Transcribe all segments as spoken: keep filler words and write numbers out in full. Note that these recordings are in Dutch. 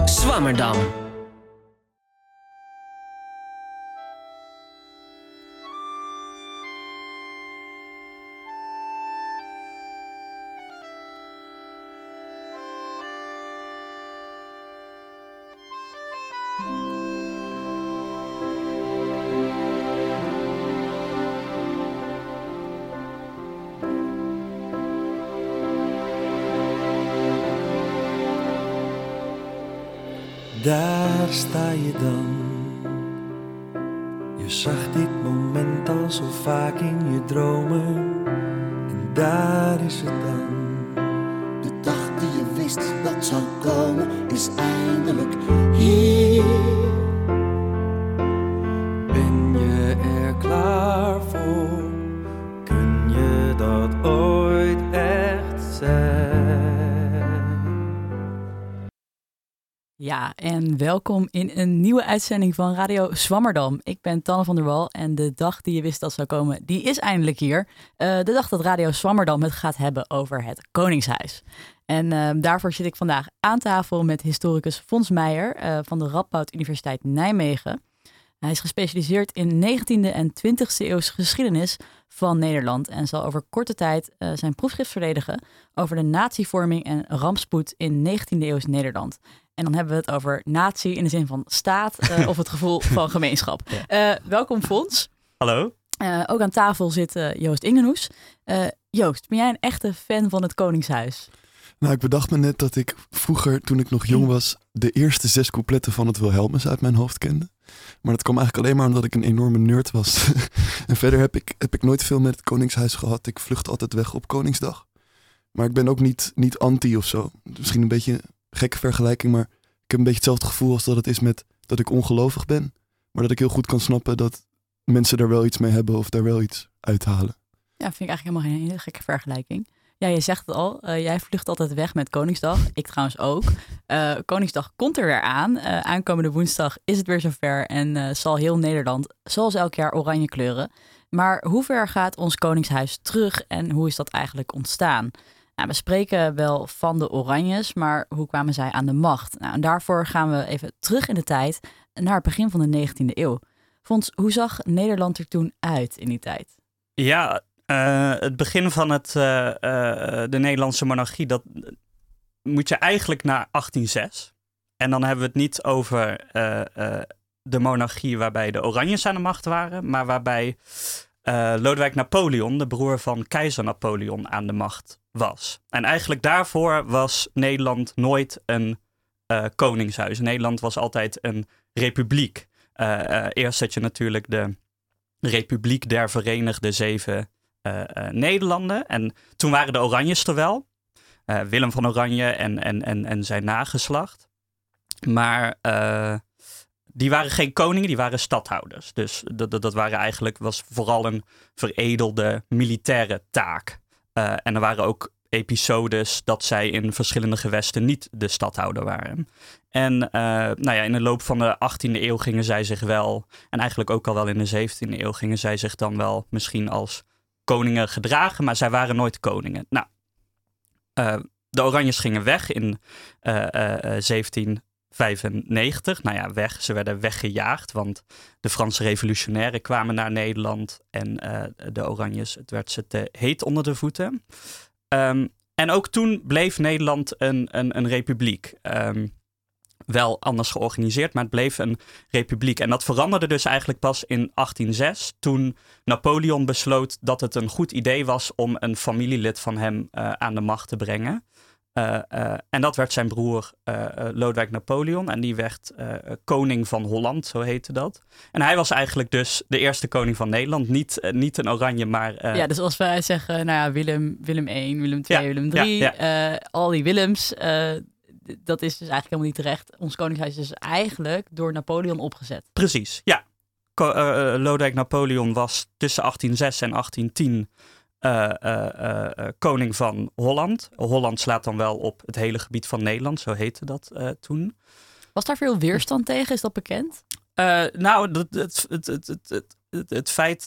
Swammerdam. Daar sta je dan. Je zag dit moment al zo vaak in je dromen. En daar is het dan. De dag die je wist dat zou komen, is eindelijk hier. Ben je er klaar voor? Kun je dat ooit echt zijn? Ja, en welkom in een nieuwe uitzending van Radio Swammerdam. Ik ben Tanne van der Wal en de dag die je wist dat zou komen, die is eindelijk hier. Uh, de dag dat Radio Swammerdam het gaat hebben over het Koningshuis. En uh, daarvoor zit ik vandaag aan tafel met historicus Fons Meijer uh, van de Radboud Universiteit Nijmegen. Hij is gespecialiseerd in negentiende en twintigste eeuwse geschiedenis van Nederland en zal over korte tijd uh, zijn proefschrift verdedigen over de natievorming en rampspoed in negentiende eeuws Nederland. En dan hebben we het over natie in de zin van staat uh, of het gevoel van gemeenschap. Uh, welkom Fons. Hallo. Uh, ook aan tafel zit uh, Joost Ingenhoes. Uh, Joost, ben jij een echte fan van het Koningshuis? Nou, ik bedacht me net dat ik vroeger, toen ik nog jong was, de eerste zes coupletten van het Wilhelmus uit mijn hoofd kende. Maar dat kwam eigenlijk alleen maar omdat ik een enorme nerd was. En verder heb ik, heb ik nooit veel met het Koningshuis gehad. Ik vlucht altijd weg op Koningsdag. Maar ik ben ook niet, niet anti of zo. Misschien een beetje een gekke vergelijking, maar ik heb een beetje hetzelfde gevoel als dat het is met dat ik ongelovig ben. Maar dat ik heel goed kan snappen dat mensen daar wel iets mee hebben of daar wel iets uithalen. Ja, vind ik eigenlijk helemaal geen hele gekke vergelijking. Ja, je zegt het al. Uh, jij vlucht altijd weg met Koningsdag. Ik trouwens ook. Uh, Koningsdag komt er weer aan. Uh, aankomende woensdag is het weer zover. En uh, zal heel Nederland, zoals elk jaar, oranje kleuren. Maar hoe ver gaat ons Koningshuis terug en hoe is dat eigenlijk ontstaan? Nou, we spreken wel van de Oranjes, maar hoe kwamen zij aan de macht? Nou, en daarvoor gaan we even terug in de tijd naar het begin van de negentiende eeuw. Fons, hoe zag Nederland er toen uit in die tijd? Ja, uh, het begin van het, uh, uh, de Nederlandse monarchie, dat moet je eigenlijk naar achttien zes. En dan hebben we het niet over uh, uh, de monarchie waarbij de Oranjes aan de macht waren, maar waarbij uh, Lodewijk Napoleon, de broer van keizer Napoleon, aan de macht was. En eigenlijk daarvoor was Nederland nooit een uh, koningshuis. Nederland was altijd een republiek. Uh, uh, eerst had je natuurlijk de Republiek der Verenigde Zeven uh, uh, Nederlanden. En toen waren de Oranjes er wel. Uh, Willem van Oranje en, en, en, en zijn nageslacht. Maar uh, die waren geen koningen, die waren stadhouders. Dus dat, dat, dat waren eigenlijk, was vooral een veredelde militaire taak. Uh, en er waren ook episodes dat zij in verschillende gewesten niet de stadhouder waren. En uh, nou ja, in de loop van de achttiende eeuw gingen zij zich wel, en eigenlijk ook al wel in de zeventiende eeuw, gingen zij zich dan wel misschien als koningen gedragen, maar zij waren nooit koningen. Nou, uh, de Oranjes gingen weg in uh, uh, zeventien vijfennegentig. Nou ja, weg. Ze werden weggejaagd, want de Franse revolutionairen kwamen naar Nederland en uh, de Oranjes, het werd ze te heet onder de voeten. Um, en ook toen bleef Nederland een, een, een republiek. Um, wel anders georganiseerd, maar het bleef een republiek. En dat veranderde dus eigenlijk pas in achttien zes, toen Napoleon besloot dat het een goed idee was om een familielid van hem uh, aan de macht te brengen. Uh, uh, en dat werd zijn broer uh, Lodewijk Napoleon. En die werd uh, koning van Holland, zo heette dat. En hij was eigenlijk dus de eerste koning van Nederland. Niet, uh, niet een oranje, maar... Uh... Ja, dus als wij zeggen, nou ja, Willem, Willem één, Willem twee, ja, Willem drie... Ja, ja. Uh, al die Willems, uh, dat is dus eigenlijk helemaal niet terecht. Ons koningshuis is dus eigenlijk door Napoleon opgezet. Precies, ja. Ko- uh, Lodewijk Napoleon was tussen achttien zes en achttien tien... Uh, uh, uh, uh, koning van Holland. Holland slaat dan wel op het hele gebied van Nederland, zo heette dat uh, toen. Was daar veel weerstand tegen? Is dat bekend? Uh, nou, het, het, het, het, het, het, het feit...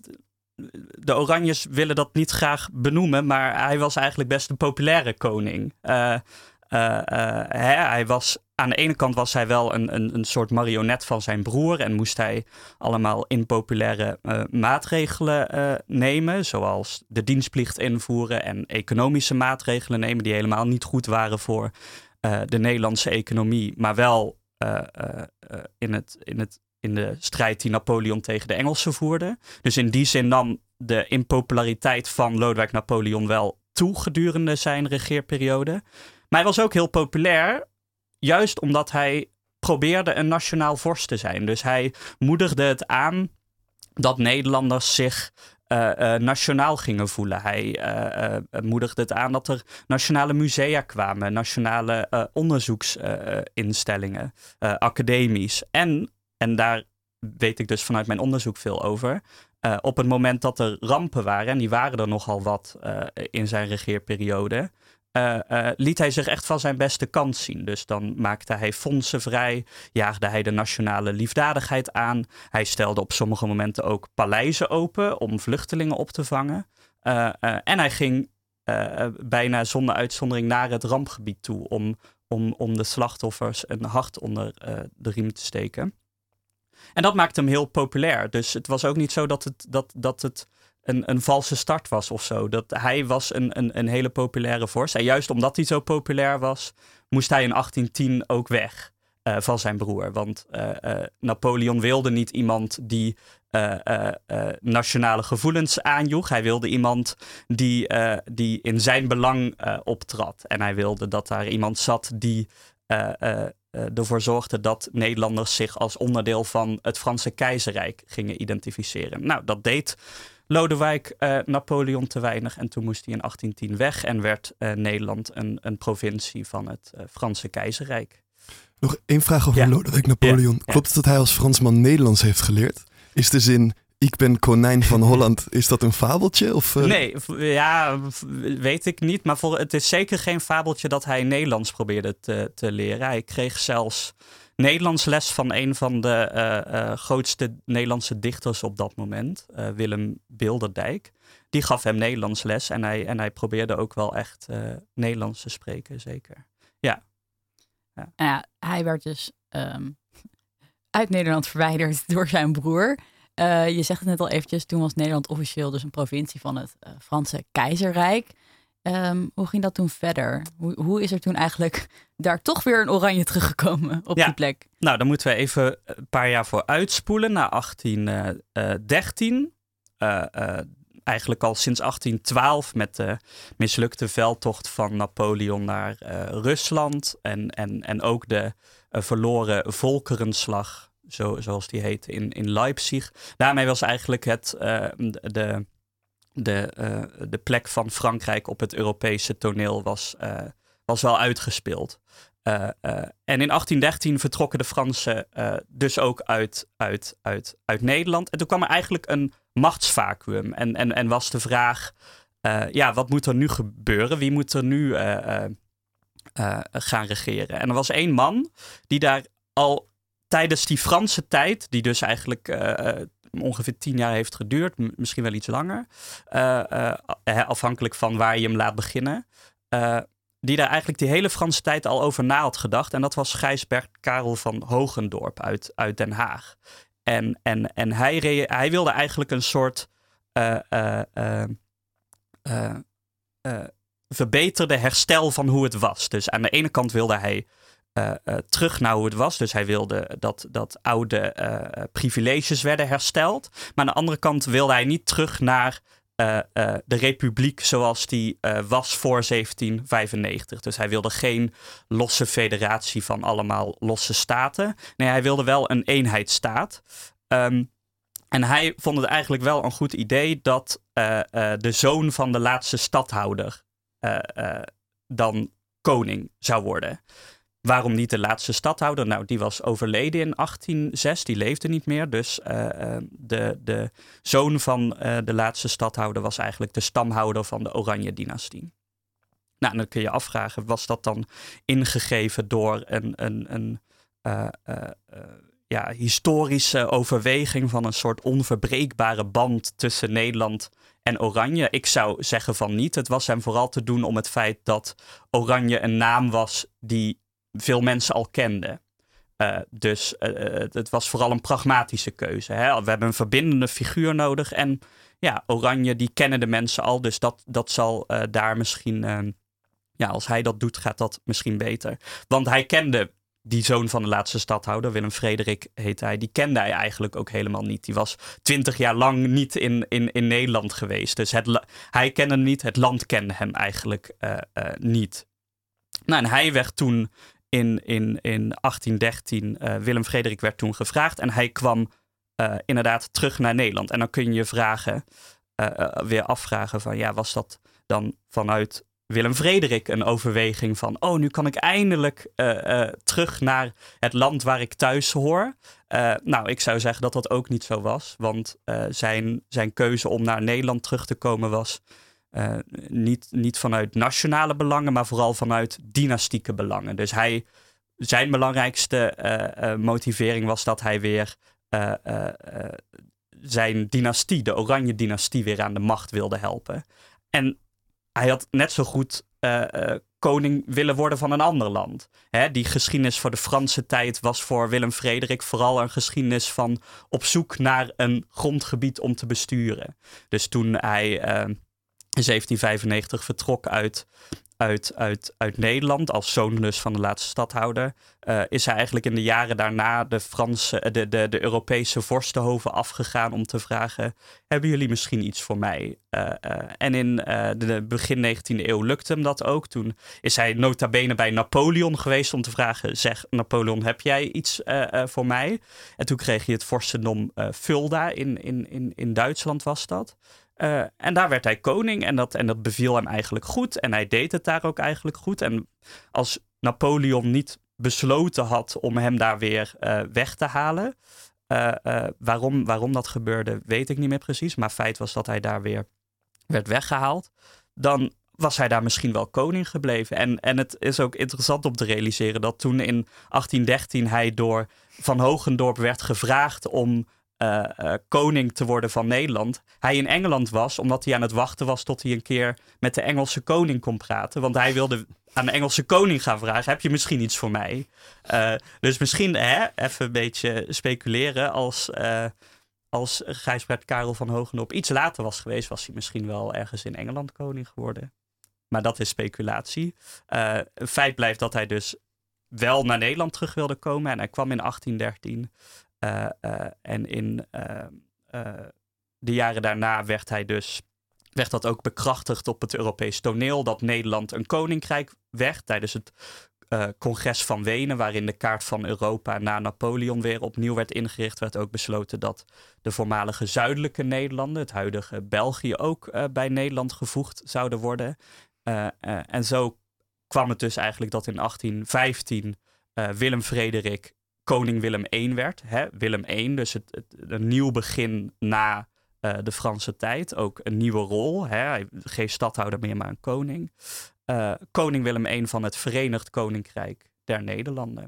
De Oranjes willen dat niet graag benoemen, maar hij was eigenlijk best een populaire koning. Uh, uh, hè, hij was, aan de ene kant was hij wel een, een, een soort marionet van zijn broer en moest hij allemaal impopulaire uh, maatregelen uh, nemen, zoals de dienstplicht invoeren en economische maatregelen nemen die helemaal niet goed waren voor uh, de Nederlandse economie, maar wel uh, uh, uh, in, het, in, het, in de strijd die Napoleon tegen de Engelsen voerde. Dus in die zin nam de impopulariteit van Lodewijk Napoleon wel toe gedurende zijn regeerperiode. Maar hij was ook heel populair, juist omdat hij probeerde een nationaal vorst te zijn. Dus hij moedigde het aan dat Nederlanders zich uh, uh, nationaal gingen voelen. Hij uh, uh, moedigde het aan dat er nationale musea kwamen, nationale uh, onderzoeksinstellingen, uh, uh, academies. En, en daar weet ik dus vanuit mijn onderzoek veel over, Uh, op het moment dat er rampen waren, en die waren er nogal wat uh, in zijn regeerperiode, uh, uh, liet hij zich echt van zijn beste kant zien. Dus dan maakte hij fondsen vrij, jaagde hij de nationale liefdadigheid aan. Hij stelde op sommige momenten ook paleizen open om vluchtelingen op te vangen. Uh, uh, en hij ging uh, bijna zonder uitzondering naar het rampgebied toe om, om, om de slachtoffers een hart onder uh, de riem te steken. En dat maakte hem heel populair. Dus het was ook niet zo dat het, dat, dat het een, een valse start was of zo. Dat hij was een, een, een hele populaire vorst. En juist omdat hij zo populair was, moest hij in achttien tien ook weg uh, van zijn broer. Want uh, uh, Napoleon wilde niet iemand die uh, uh, uh, nationale gevoelens aanjoeg. Hij wilde iemand die, uh, die in zijn belang uh, optrad. En hij wilde dat daar iemand zat die Uh, uh, uh, ervoor zorgde dat Nederlanders zich als onderdeel van het Franse keizerrijk gingen identificeren. Nou, dat deed Lodewijk uh, Napoleon te weinig en toen moest hij in achttien tien weg en werd uh, Nederland een, een provincie van het uh, Franse keizerrijk. Nog één vraag over ja. Lodewijk Napoleon. Ja. Klopt het dat hij als Fransman Nederlands heeft geleerd? Is de zin, ik ben konijn van Holland, is dat een fabeltje? Of, uh... Nee, ja, weet ik niet. Maar voor, het is zeker geen fabeltje dat hij Nederlands probeerde te, te leren. Hij kreeg zelfs Nederlands les van een van de uh, uh, grootste Nederlandse dichters op dat moment. Uh, Willem Bilderdijk. Die gaf hem Nederlands les en hij, en hij probeerde ook wel echt uh, Nederlands te spreken, zeker. Ja. Ja. Ja, hij werd dus um, uit Nederland verwijderd door zijn broer. Uh, je zegt het net al eventjes, toen was Nederland officieel dus een provincie van het uh, Franse keizerrijk. Um, hoe ging dat toen verder? Hoe, hoe is er toen eigenlijk daar toch weer een oranje teruggekomen op ja. die plek? Nou, dan moeten we even een paar jaar voor uitspoelen naar achttien dertien. Uh, uh, eigenlijk al sinds achttien twaalf met de mislukte veldtocht van Napoleon naar uh, Rusland. En, en, en ook de uh, verloren Volkerenslag, zo, zoals die heette, in, in Leipzig. Daarmee was eigenlijk het, uh, de, de, uh, de plek van Frankrijk op het Europese toneel was, uh, was wel uitgespeeld. Uh, uh, en in achttien dertien vertrokken de Fransen uh, dus ook uit, uit, uit, uit Nederland. En toen kwam er eigenlijk een machtsvacuüm. En, en, en was de vraag, uh, ja, wat moet er nu gebeuren? Wie moet er nu uh, uh, uh, gaan regeren? En er was één man die daar al tijdens die Franse tijd, die dus eigenlijk uh, ongeveer tien jaar heeft geduurd, m- misschien wel iets langer, uh, uh, afhankelijk van waar je hem laat beginnen, uh, die daar eigenlijk die hele Franse tijd al over na had gedacht. En dat was Gijsbert Karel van Hogendorp uit, uit Den Haag. En, en, en hij, re- hij wilde eigenlijk een soort uh, uh, uh, uh, uh, verbeterde herstel van hoe het was. Dus aan de ene kant wilde hij Uh, uh, terug naar hoe het was. Dus hij wilde dat, dat oude uh, privileges werden hersteld. Maar aan de andere kant wilde hij niet terug naar uh, uh, de republiek zoals die uh, was voor zeventien vijfennegentig. Dus hij wilde geen losse federatie van allemaal losse staten. Nee, hij wilde wel een eenheidsstaat. Um, en hij vond het eigenlijk wel een goed idee dat uh, uh, de zoon van de laatste stadhouder uh, uh, dan koning zou worden. Waarom niet de laatste stadhouder? Nou, die was overleden in achttien zes, die leefde niet meer. Dus uh, de, de zoon van uh, de laatste stadhouder was eigenlijk de stamhouder van de Oranje-dynastie. Nou, dan kun je afvragen, was dat dan ingegeven door een, een, een, uh, uh, uh, ja, historische overweging van een soort onverbreekbare band tussen Nederland en Oranje? Ik zou zeggen van niet. Het was hem vooral te doen om het feit dat Oranje een naam was die veel mensen al kenden. Uh, dus uh, het was vooral een pragmatische keuze. Hè? We hebben een verbindende figuur nodig. En ja, Oranje, die kennen de mensen al. Dus dat, dat zal uh, daar misschien... Uh, ja, als hij dat doet, gaat dat misschien beter. Want hij kende die zoon van de laatste stadhouder, Willem Frederik heet hij. Die kende hij eigenlijk ook helemaal niet. Die was twintig jaar lang niet in, in, in Nederland geweest. Dus het, hij kende hem niet. Het land kende hem eigenlijk uh, uh, niet. Nou, en hij werd toen... In, in, in achttien dertien, uh, Willem Frederik werd toen gevraagd en hij kwam uh, inderdaad terug naar Nederland. En dan kun je je vragen, uh, uh, weer afvragen van ja, was dat dan vanuit Willem Frederik een overweging van oh, nu kan ik eindelijk uh, uh, terug naar het land waar ik thuis hoor. Uh, nou, ik zou zeggen dat dat ook niet zo was, want uh, zijn, zijn keuze om naar Nederland terug te komen was... Uh, niet, niet vanuit nationale belangen, maar vooral vanuit dynastieke belangen. Dus hij, zijn belangrijkste uh, uh, motivering was dat hij weer uh, uh, uh, zijn dynastie, de Oranje dynastie, weer aan de macht wilde helpen. En hij had net zo goed uh, uh, koning willen worden van een ander land. Hè, die geschiedenis voor de Franse tijd was voor Willem Frederik vooral een geschiedenis van op zoek naar een grondgebied om te besturen. Dus toen hij... Uh, in zeventien vijfennegentig vertrok uit, uit, uit, uit Nederland als zoon dus van de laatste stadhouder, uh, is hij eigenlijk in de jaren daarna de, Franse, de, de, de Europese vorstenhoven afgegaan om te vragen, hebben jullie misschien iets voor mij? Uh, uh, en in uh, de begin negentiende eeuw lukte hem dat ook. Toen is hij nota bene bij Napoleon geweest om te vragen, zeg Napoleon, heb jij iets uh, uh, voor mij? En toen kreeg hij het vorstendom uh, Fulda in, in, in, in Duitsland was dat. Uh, en daar werd hij koning en dat, en dat beviel hem eigenlijk goed. En hij deed het daar ook eigenlijk goed. En als Napoleon niet besloten had om hem daar weer uh, weg te halen... Uh, uh, waarom, waarom dat gebeurde, weet ik niet meer precies. Maar feit was dat hij daar weer werd weggehaald. Dan was hij daar misschien wel koning gebleven. En, en het is ook interessant om te realiseren dat toen in achttien dertien hij door Van Hogendorp werd gevraagd om... Uh, uh, koning te worden van Nederland. Hij in Engeland was, omdat hij aan het wachten was tot hij een keer met de Engelse koning kon praten. Want hij wilde aan de Engelse koning gaan vragen, heb je misschien iets voor mij? Uh, dus misschien, hè, even een beetje speculeren, als, uh, als Gijsbert Karel van Hogendorp iets later was geweest, was hij misschien wel ergens in Engeland koning geworden. Maar dat is speculatie. Uh, feit blijft dat hij dus wel naar Nederland terug wilde komen en hij kwam in achttien dertien. Uh, uh, en in uh, uh, de jaren daarna werd hij dus werd dat ook bekrachtigd op het Europees toneel dat Nederland een koninkrijk werd tijdens het uh, congres van Wenen, waarin de kaart van Europa na Napoleon weer opnieuw werd ingericht, werd ook besloten dat de voormalige zuidelijke Nederlanden, het huidige België, ook uh, bij Nederland gevoegd zouden worden. Uh, uh, en zo kwam het dus eigenlijk dat in achttien vijftien uh, Willem Frederik koning Willem één werd. Hè? Willem één, dus het, het, een nieuw begin na uh, de Franse tijd. Ook een nieuwe rol. Hè? Hij geen stadhouder meer, maar een koning. Uh, koning Willem één van het Verenigd Koninkrijk der Nederlanden.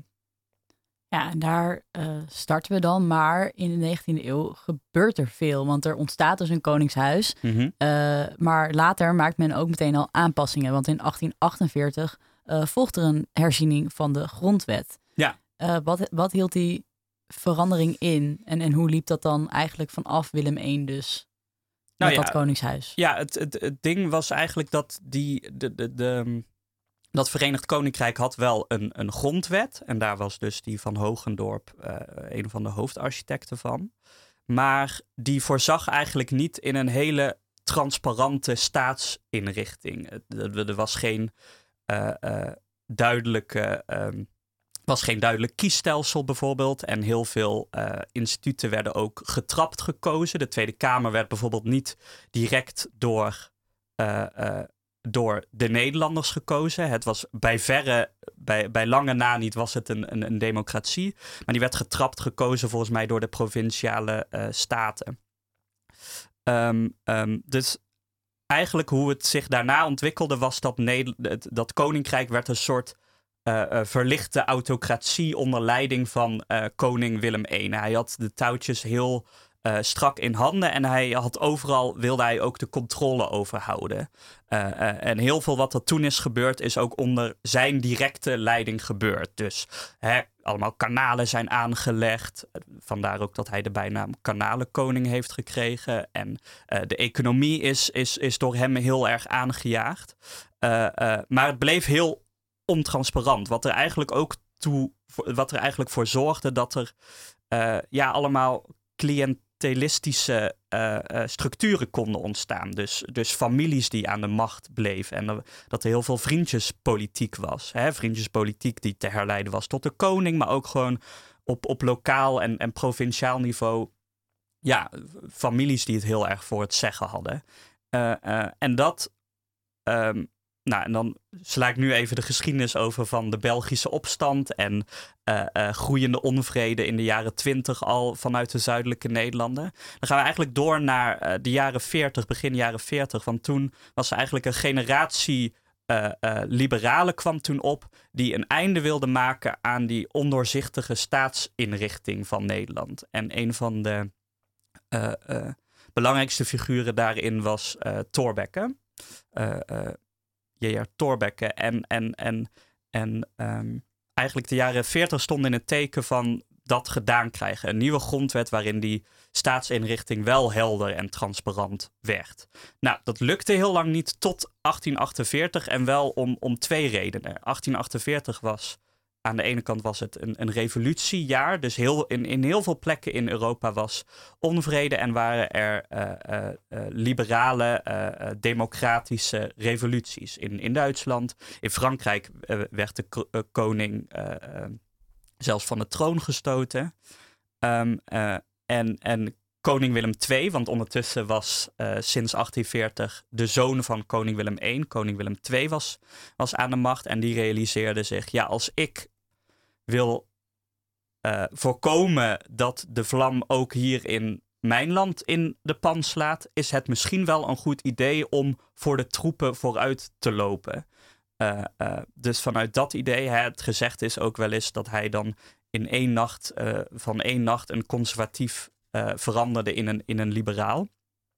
Ja, en daar uh, starten we dan. Maar in de negentiende eeuw gebeurt er veel. Want er ontstaat dus een koningshuis. Mm-hmm. Uh, maar later maakt men ook meteen al aanpassingen. Want in achttien achtenveertig uh, volgt er een herziening van de grondwet. Ja. Uh, wat, wat hield die verandering in? En, en hoe liep dat dan eigenlijk vanaf Willem één dus? Met nou ja, dat koningshuis? Ja, het, het, het ding was eigenlijk dat die... De, de, de, dat Verenigd Koninkrijk had wel een, een grondwet. En daar was dus die Van Hogendorp uh, een van de hoofdarchitecten van. Maar die voorzag eigenlijk niet in een hele transparante staatsinrichting. Er, er was geen uh, uh, duidelijke... Um, was geen duidelijk kiesstelsel bijvoorbeeld. En heel veel uh, instituten werden ook getrapt gekozen. De Tweede Kamer werd bijvoorbeeld niet direct door... Uh, uh, door de Nederlanders gekozen. Het was bij verre, bij, bij lange na niet was het een, een, een democratie. Maar die werd getrapt gekozen volgens mij door de provinciale uh, staten. Um, um, dus eigenlijk hoe het zich daarna ontwikkelde was dat, Nederland, dat Koninkrijk werd een soort uh, uh, verlichte autocratie onder leiding van uh, koning Willem de Eerste. Hij had de touwtjes heel uh, strak in handen en hij had overal, wilde hij ook de controle over houden. Uh, uh, en heel veel wat er toen is gebeurd is ook onder zijn directe leiding gebeurd. Dus hè, allemaal kanalen zijn aangelegd. Vandaar ook dat hij de bijnaam Kanalenkoning heeft gekregen. En uh, de economie is, is, is door hem heel erg aangejaagd. Uh, uh, maar het bleef heel ontransparant. Wat er eigenlijk ook toe, wat er eigenlijk voor zorgde dat er uh, ja, allemaal cliëntelistische uh, uh, structuren konden ontstaan. Dus, dus families die aan de macht bleven. En er, dat er heel veel vriendjespolitiek was. Hè? Vriendjespolitiek die te herleiden was tot de koning, maar ook gewoon op, op lokaal en, en provinciaal niveau. Ja, families die het heel erg voor het zeggen hadden. Uh, uh, en dat... Um, Nou, en dan sla ik nu even de geschiedenis over van de Belgische opstand en uh, uh, groeiende onvrede in de jaren twintig al vanuit de zuidelijke Nederlanden. Dan gaan we eigenlijk door naar uh, de jaren veertig, begin jaren veertig. Want toen was er eigenlijk een generatie uh, uh, liberalen kwam toen op die een einde wilden maken aan die ondoorzichtige staatsinrichting van Nederland. En een van de uh, uh, belangrijkste figuren daarin was uh, Thorbecke. Uh, uh, J R Thorbecke. En, en, en, en um, eigenlijk de jaren veertig stonden in het teken van dat gedaan krijgen. Een nieuwe grondwet waarin die staatsinrichting wel helder en transparant werd. Nou, dat lukte heel lang niet tot achttien achtenveertig en wel om, om twee redenen. achttien achtenveertig was, aan de ene kant was het een, een revolutiejaar. Dus heel, in, in heel veel plekken in Europa was onvrede en waren er uh, uh, uh, liberale, uh, uh, democratische revoluties. In, in Duitsland, in Frankrijk uh, werd de k- uh, koning uh, uh, zelfs van de troon gestoten. Um, uh, en, en koning Willem de Tweede, want ondertussen was uh, sinds achttien veertig de zoon van koning Willem de Eerste, koning Willem de Tweede was, was aan de macht. En die realiseerde zich, ja, als ik wil uh, voorkomen dat de vlam ook hier in mijn land in de pan slaat, is het misschien wel een goed idee om voor de troepen vooruit te lopen. Uh, uh, dus vanuit dat idee, hè, het gezegd is ook wel eens dat hij dan in één nacht, uh, van één nacht een conservatief uh, veranderde in een, in een liberaal.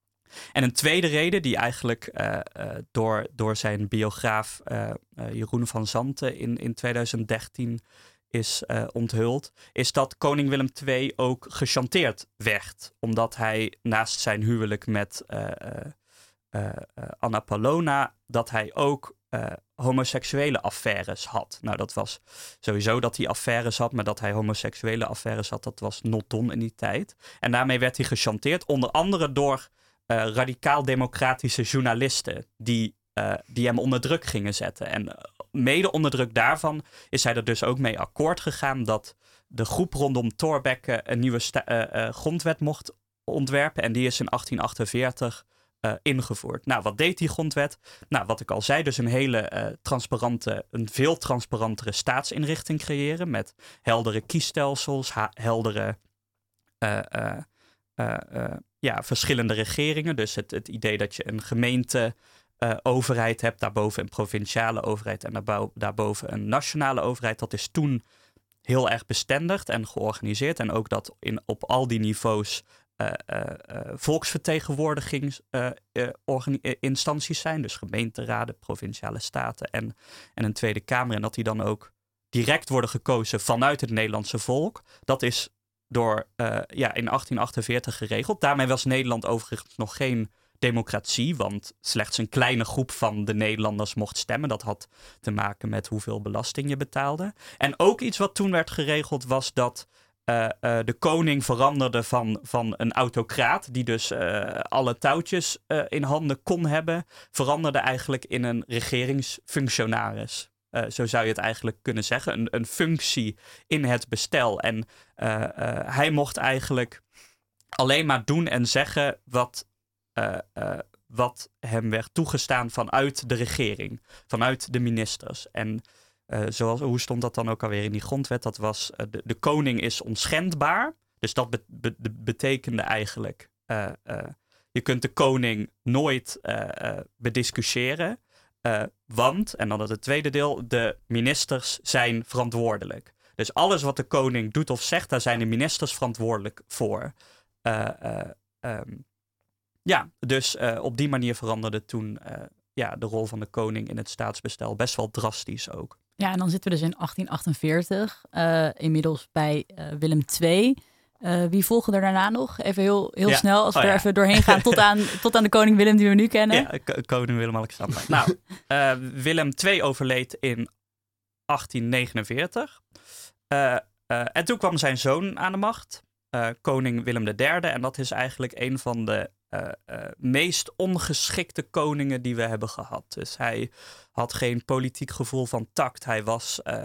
En een tweede reden die eigenlijk uh, uh, door, door zijn biograaf uh, uh, Jeroen van Zanten in, in twintig dertien is uh, onthuld, is dat koning Willem de Tweede ook gechanteerd werd. Omdat hij naast zijn huwelijk met uh, uh, uh, Anna Paulowna, dat hij ook uh, homoseksuele affaires had. Nou, dat was sowieso dat hij affaires had, maar dat hij homoseksuele affaires had, dat was not done in die tijd. En daarmee werd hij gechanteerd, onder andere door uh, radicaal-democratische journalisten die, uh, die hem onder druk gingen zetten. En uh, mede onder druk daarvan is hij er dus ook mee akkoord gegaan dat de groep rondom Thorbecke een nieuwe sta- uh, uh, grondwet mocht ontwerpen. En die is in achttien achtenveertig uh, ingevoerd. Nou, wat deed die grondwet? Nou, wat ik al zei, dus een hele uh, transparante, een veel transparantere staatsinrichting creëren met heldere kiesstelsels, ha- heldere uh, uh, uh, uh, ja, verschillende regeringen. Dus het, het idee dat je een gemeente Uh, overheid hebt, daarboven een provinciale overheid en daarbo- daarboven een nationale overheid. Dat is toen heel erg bestendigd en georganiseerd. En ook dat in, op al die niveaus uh, uh, uh, volksvertegenwoordigingsinstanties uh, uh, zijn. Dus gemeenteraden, provinciale staten en, en een Tweede Kamer. En dat die dan ook direct worden gekozen vanuit het Nederlandse volk. Dat is door uh, ja, in achttien achtenveertig geregeld. Daarmee was Nederland overigens nog geen democratie, want slechts een kleine groep van de Nederlanders mocht stemmen. Dat had te maken met hoeveel belasting je betaalde. En ook iets wat toen werd geregeld was dat uh, uh, de koning veranderde van, van een autocraat, die dus uh, alle touwtjes uh, in handen kon hebben, veranderde eigenlijk in een regeringsfunctionaris. Uh, zo zou je het eigenlijk kunnen zeggen. Een, een functie in het bestel. En uh, uh, hij mocht eigenlijk alleen maar doen en zeggen wat Uh, uh, wat hem werd toegestaan vanuit de regering, vanuit de ministers. En uh, zoals, hoe stond dat dan ook alweer in die grondwet? Dat was, uh, de, de koning is onschendbaar. Dus dat be- be- betekende eigenlijk, uh, uh, je kunt de koning nooit uh, uh, bediscussiëren. Uh, want, en dan het tweede deel, de ministers zijn verantwoordelijk. Dus alles wat de koning doet of zegt, daar zijn de ministers verantwoordelijk voor. Uh, uh, um, ja, dus uh, op die manier veranderde toen uh, ja, de rol van de koning in het staatsbestel best wel drastisch ook. Ja, en dan zitten we dus in achttien achtenveertig, uh, inmiddels bij uh, Willem de Tweede. Uh, wie volgen er daarna nog? Even heel, heel ja. snel, als we oh, er ja. even doorheen gaan tot aan, tot aan de koning Willem die we nu kennen. Ja, k- koning Willem-Alexander. nou, uh, Willem de Tweede overleed in achttien negenenveertig. Uh, uh, en toen kwam zijn zoon aan de macht, uh, koning Willem de Derde. En dat is eigenlijk een van de uh, uh, meest ongeschikte koningen die we hebben gehad. Dus hij had geen politiek gevoel van tact. Hij was uh,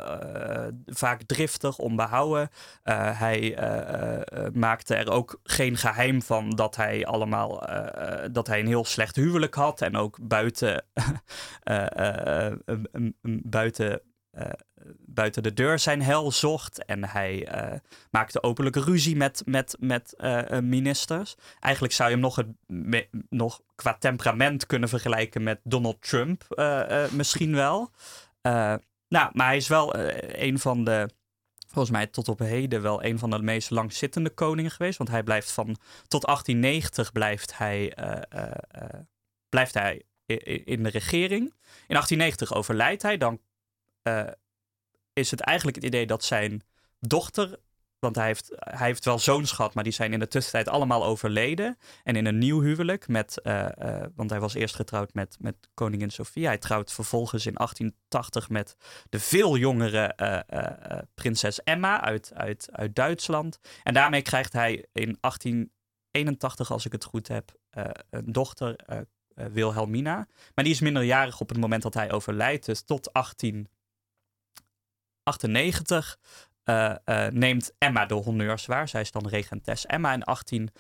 uh, vaak driftig, onbehouden. Uh, hij uh, uh, maakte er ook geen geheim van dat hij allemaal uh, uh, dat hij een heel slecht huwelijk had. En ook buiten, uh, uh, uh, uh, uh, buiten Uh, buiten de deur zijn hel zocht. En hij uh, maakte openlijke ruzie met, met, met uh, ministers. Eigenlijk zou je hem nog, het, me, nog qua temperament kunnen vergelijken met Donald Trump. Uh, uh, misschien wel. Uh, nou, maar hij is wel uh, een van de, volgens mij tot op heden wel een van de meest langzittende koningen geweest. Want hij blijft van tot achttien negentig blijft hij, uh, uh, uh, blijft hij in de regering. In achttien negentig overlijdt hij. Dan Uh, is het eigenlijk het idee dat zijn dochter, want hij heeft, hij heeft wel zoons gehad, maar die zijn in de tussentijd allemaal overleden. En in een nieuw huwelijk met, uh, uh, want hij was eerst getrouwd met, met koningin Sophia. Hij trouwt vervolgens in achttien tachtig met de veel jongere uh, uh, uh, prinses Emma uit, uit, uit Duitsland. En daarmee krijgt hij in achttien eenentachtig, als ik het goed heb, uh, een dochter, uh, uh, Wilhelmina. Maar die is minderjarig op het moment dat hij overlijdt, dus tot achttien achtennegentig uh, uh, neemt Emma de honneurs waar. Zij is dan regentes Emma. In achttien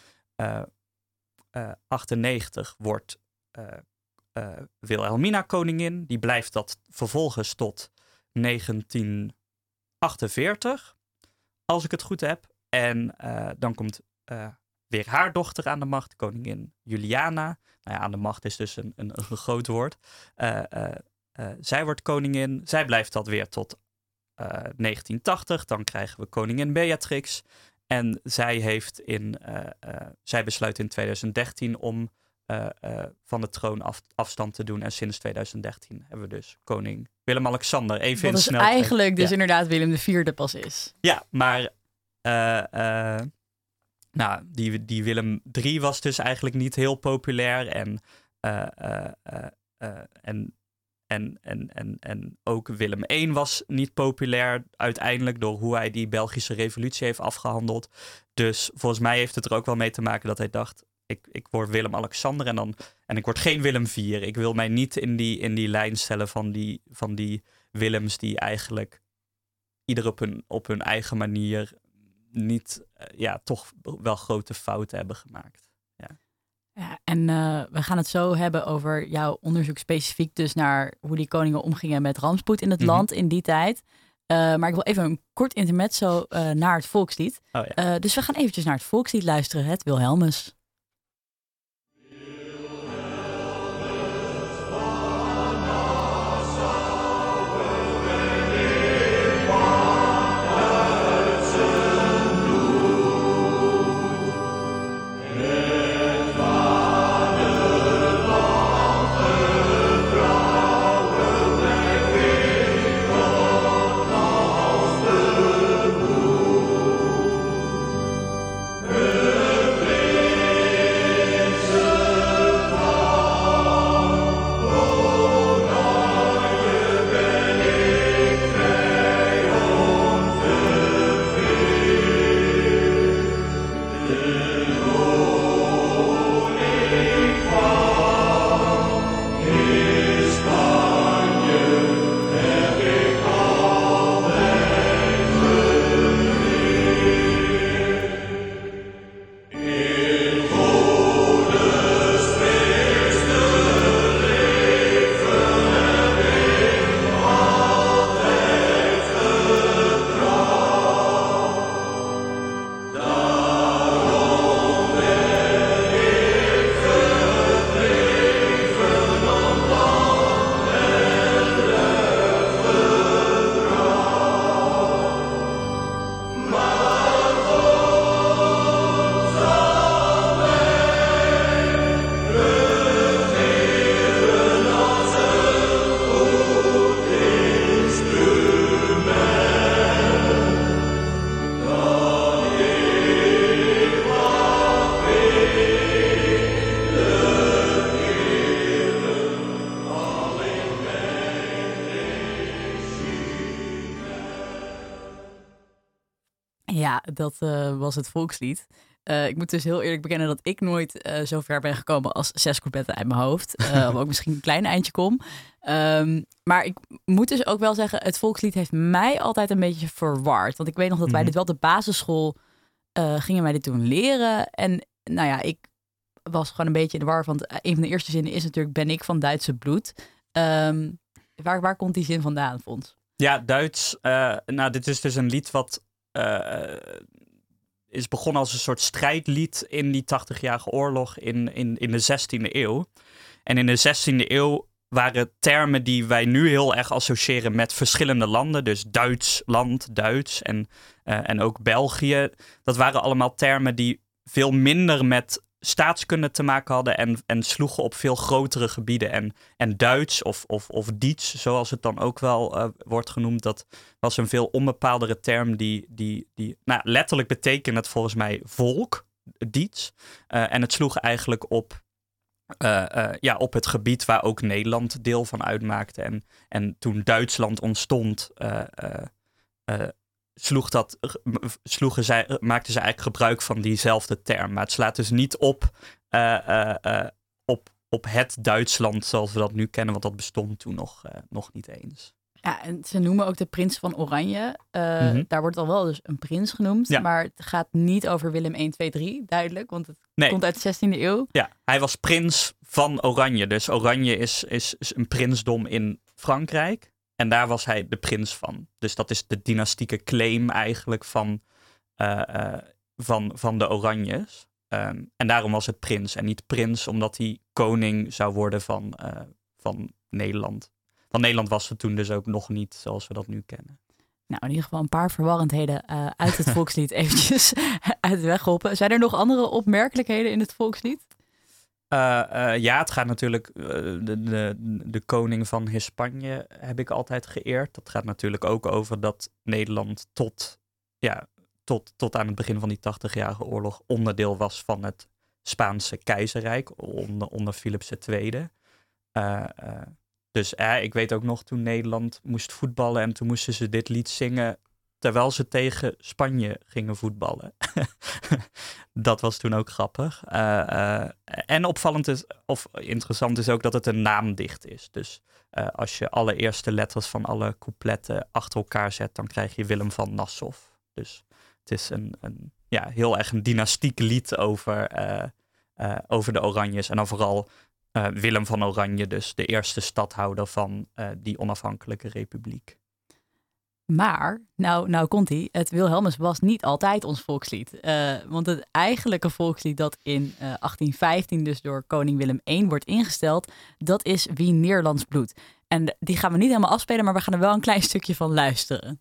achtennegentig wordt uh, uh, Wilhelmina koningin. Die blijft dat vervolgens tot negentien achtenveertig, als ik het goed heb. En uh, dan komt uh, weer haar dochter aan de macht, koningin Juliana. Nou ja, aan de macht is dus een, een, een groot woord. Uh, uh, uh, zij wordt koningin. Zij blijft dat weer tot Uh, negentien tachtig, dan krijgen we koningin Beatrix. En zij heeft in, uh, uh, zij besluit in twintig dertien om uh, uh, van de troon af, afstand te doen. En sinds twintig dertien hebben we dus koning Willem-Alexander. Even Wat in is snel eigenlijk dus ja. inderdaad Willem de Vierde pas is. Ja, maar uh, uh, nou, die, die Willem de Derde was dus eigenlijk niet heel populair. En, uh, uh, uh, uh, en En, en, en, en ook Willem de Eerste was niet populair uiteindelijk door hoe hij die Belgische revolutie heeft afgehandeld. Dus volgens mij heeft het er ook wel mee te maken dat hij dacht, ik, ik word Willem-Alexander en, dan, en ik word geen Willem de Vierde. Ik wil mij niet in die, in die lijn stellen van die, van die Willems die eigenlijk ieder op hun, op hun eigen manier niet, ja, toch wel grote fouten hebben gemaakt. Ja. Ja, en uh, we gaan het zo hebben over jouw onderzoek specifiek dus naar hoe die koningen omgingen met rampspoed in het mm-hmm. land in die tijd. Uh, maar ik wil even een kort intermezzo uh, naar het volkslied. Oh, ja. uh, dus we gaan eventjes naar het volkslied luisteren, het Wilhelmus. Hey! Ja, dat uh, was het volkslied. Uh, ik moet dus heel eerlijk bekennen dat ik nooit uh, zo ver ben gekomen als zes coupletten uit mijn hoofd. Uh, of ook misschien een klein eindje kom. Um, maar ik moet dus ook wel zeggen, het volkslied heeft mij altijd een beetje verward. Want ik weet nog dat wij mm-hmm. dit wel op de basisschool uh, gingen wij dit toen leren. En nou ja, ik was gewoon een beetje in de war. Want een van de eerste zinnen is natuurlijk, ben ik van Duitse bloed. Um, waar, waar komt die zin vandaan, Fons? Ja, Duits. Uh, nou, dit is dus een lied wat uh, is begonnen als een soort strijdlied in die tachtigjarige oorlog in, in, in de zestiende eeuw. En in de zestiende eeuw waren termen die wij nu heel erg associëren met verschillende landen. Dus Duits land, Duits en, uh, en ook België. Dat waren allemaal termen die veel minder met staatskunde te maken hadden en, en sloegen op veel grotere gebieden. En, en Duits of, of, of Diets, zoals het dan ook wel uh, wordt genoemd, dat was een veel onbepaaldere term die, die, die nou, letterlijk betekent het volgens mij volk, Diets. Uh, en het sloeg eigenlijk op, uh, uh, ja, op het gebied waar ook Nederland deel van uitmaakte. En, en toen Duitsland ontstond, uh, uh, uh, Sloeg dat, sloegen zij, maakten ze eigenlijk gebruik van diezelfde term. Maar het slaat dus niet op, uh, uh, uh, op, op het Duitsland zoals we dat nu kennen. Want dat bestond toen nog, uh, nog niet eens. Ja, en ze noemen ook de prins van Oranje. Uh, mm-hmm. Daar wordt al wel dus een prins genoemd. Ja. Maar het gaat niet over Willem één, twee, drie, duidelijk. Want het nee. komt uit de zestiende eeuw. Ja, hij was prins van Oranje. Dus Oranje is, is, is een prinsdom in Frankrijk. En daar was hij de prins van. Dus dat is de dynastieke claim eigenlijk van, uh, uh, van, van de Oranjes. Um, en daarom was het prins. En niet prins omdat hij koning zou worden van, uh, van Nederland. Want Nederland was het toen dus ook nog niet zoals we dat nu kennen. Nou, in ieder geval een paar verwarrendheden uh, uit het volkslied eventjes uit de weg geholpen. Zijn er nog andere opmerkelijkheden in het volkslied? Uh, uh, ja, het gaat natuurlijk, uh, de, de, de koning van Hispanje heb ik altijd geëerd. Dat gaat natuurlijk ook over dat Nederland tot, ja, tot, tot aan het begin van die tachtigjarige oorlog onderdeel was van het Spaanse keizerrijk onder, onder Philips de Tweede. Uh, uh, dus uh, ik weet ook nog toen Nederland moest voetballen en toen moesten ze dit lied zingen terwijl ze tegen Spanje gingen voetballen. Dat was toen ook grappig. Uh, uh, en opvallend is, of interessant is ook dat het een naamdicht is. Dus uh, als je alle eerste letters van alle coupletten achter elkaar zet, dan krijg je Willem van Nassau. Dus het is een, een ja, heel erg een dynastiek lied over, uh, uh, over de Oranjes. En dan vooral uh, Willem van Oranje, dus de eerste stadhouder van uh, die onafhankelijke republiek. Maar, nou, nou komt-ie, het Wilhelmus was niet altijd ons volkslied. Uh, want het eigenlijke volkslied dat in uh, achttien vijftien dus door koning Willem de Eerste wordt ingesteld, dat is Wie Neerlands bloed. En die gaan we niet helemaal afspelen, maar we gaan er wel een klein stukje van luisteren.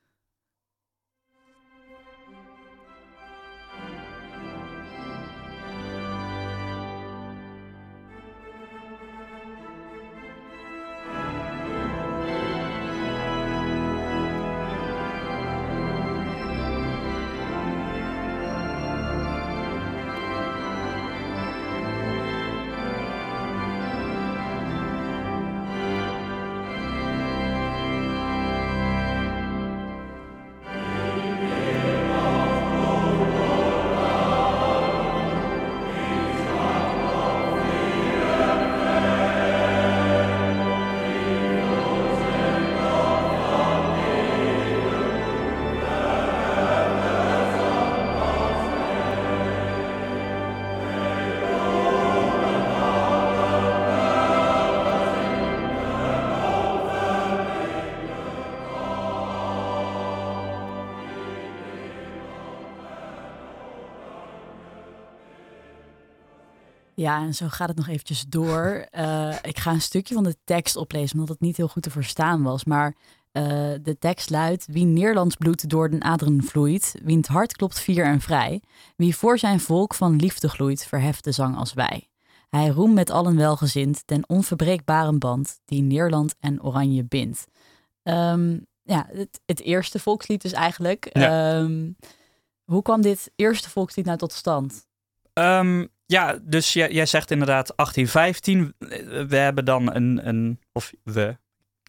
Ja, en zo gaat het nog eventjes door. Uh, ik ga een stukje van de tekst oplezen, omdat het niet heel goed te verstaan was. Maar uh, de tekst luidt: Wie Neerlands bloed door den aderen vloeit, wiens hart klopt fier en vrij. Wie voor zijn volk van liefde gloeit, verheft de zang als wij. Hij roemt met allen welgezind den onverbreekbare band die Nederland en Oranje bindt. Um, ja, het, het eerste volkslied dus eigenlijk. Ja. Um, hoe kwam dit eerste volkslied nou tot stand? Um, ja, dus jij, jij zegt inderdaad achttien vijftien. We hebben dan een, een of we,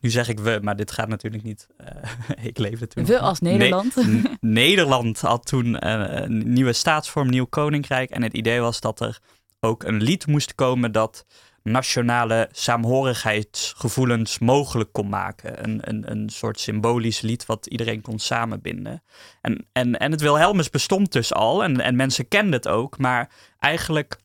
Nu zeg ik we, maar dit gaat natuurlijk niet. Uh, ik leefde toen. We als Nederland. Ne- N- Nederland had toen uh, een nieuwe staatsvorm, nieuw koninkrijk. En het idee was dat er ook een lied moest komen dat nationale saamhorigheidsgevoelens mogelijk kon maken. Een, een, een soort symbolisch lied wat iedereen kon samenbinden. En, en, en het Wilhelmus bestond dus al en, en mensen kenden het ook, maar eigenlijk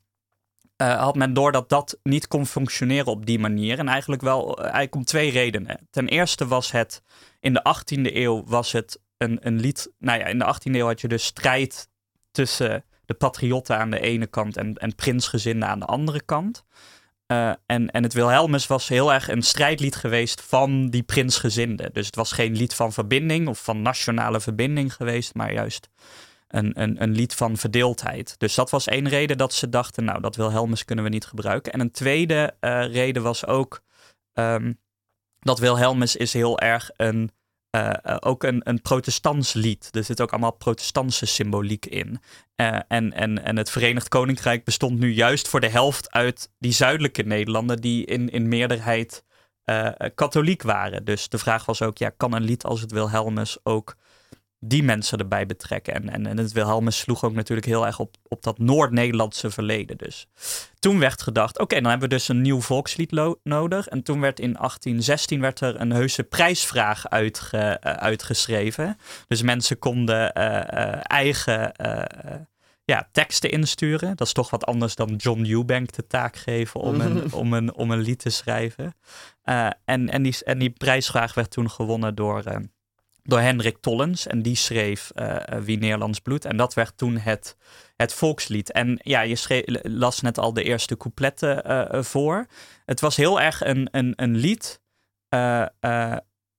uh, had men door dat dat niet kon functioneren op die manier. En eigenlijk wel uh, eigenlijk om twee redenen. Ten eerste was het, in de achttiende eeuw was het een, een lied, nou ja, in de achttiende eeuw had je dus strijd tussen de patriotten aan de ene kant en, en prinsgezinden aan de andere kant. Uh, en, en het Wilhelmus was heel erg een strijdlied geweest van die prinsgezinden. Dus het was geen lied van verbinding of van nationale verbinding geweest, maar juist een, een, een lied van verdeeldheid. Dus dat was één reden dat ze dachten, nou, dat Wilhelmus kunnen we niet gebruiken. En een tweede uh, reden was ook um, dat Wilhelmus is heel erg een Uh, uh, ook een, een protestants lied. Er zit ook allemaal protestantse symboliek in. Uh, en, en, en het Verenigd Koninkrijk bestond nu juist voor de helft uit die zuidelijke Nederlanden die in, in meerderheid uh, katholiek waren. Dus de vraag was ook, ja, kan een lied als het Wilhelmus ook die mensen erbij betrekken? En, en, en het Wilhelmus sloeg ook natuurlijk heel erg op, op dat Noord-Nederlandse verleden. Dus toen werd gedacht, oké, okay, dan hebben we dus een nieuw volkslied lo- nodig. En toen werd in achttien zestien werd er een heuse prijsvraag uitge, uh, uitgeschreven. Dus mensen konden uh, uh, eigen uh, ja, teksten insturen. Dat is toch wat anders dan John Eubank de taak geven om een, om een, om een lied te schrijven. Uh, en, en, die, en die prijsvraag werd toen gewonnen door... Uh, Door Hendrik Tollens. En die schreef uh, Wie Neerlands bloed. En dat werd toen het, het volkslied. En ja, je schreef, las net al de eerste coupletten uh, voor. Het was heel erg een, een, een lied... Uh, uh,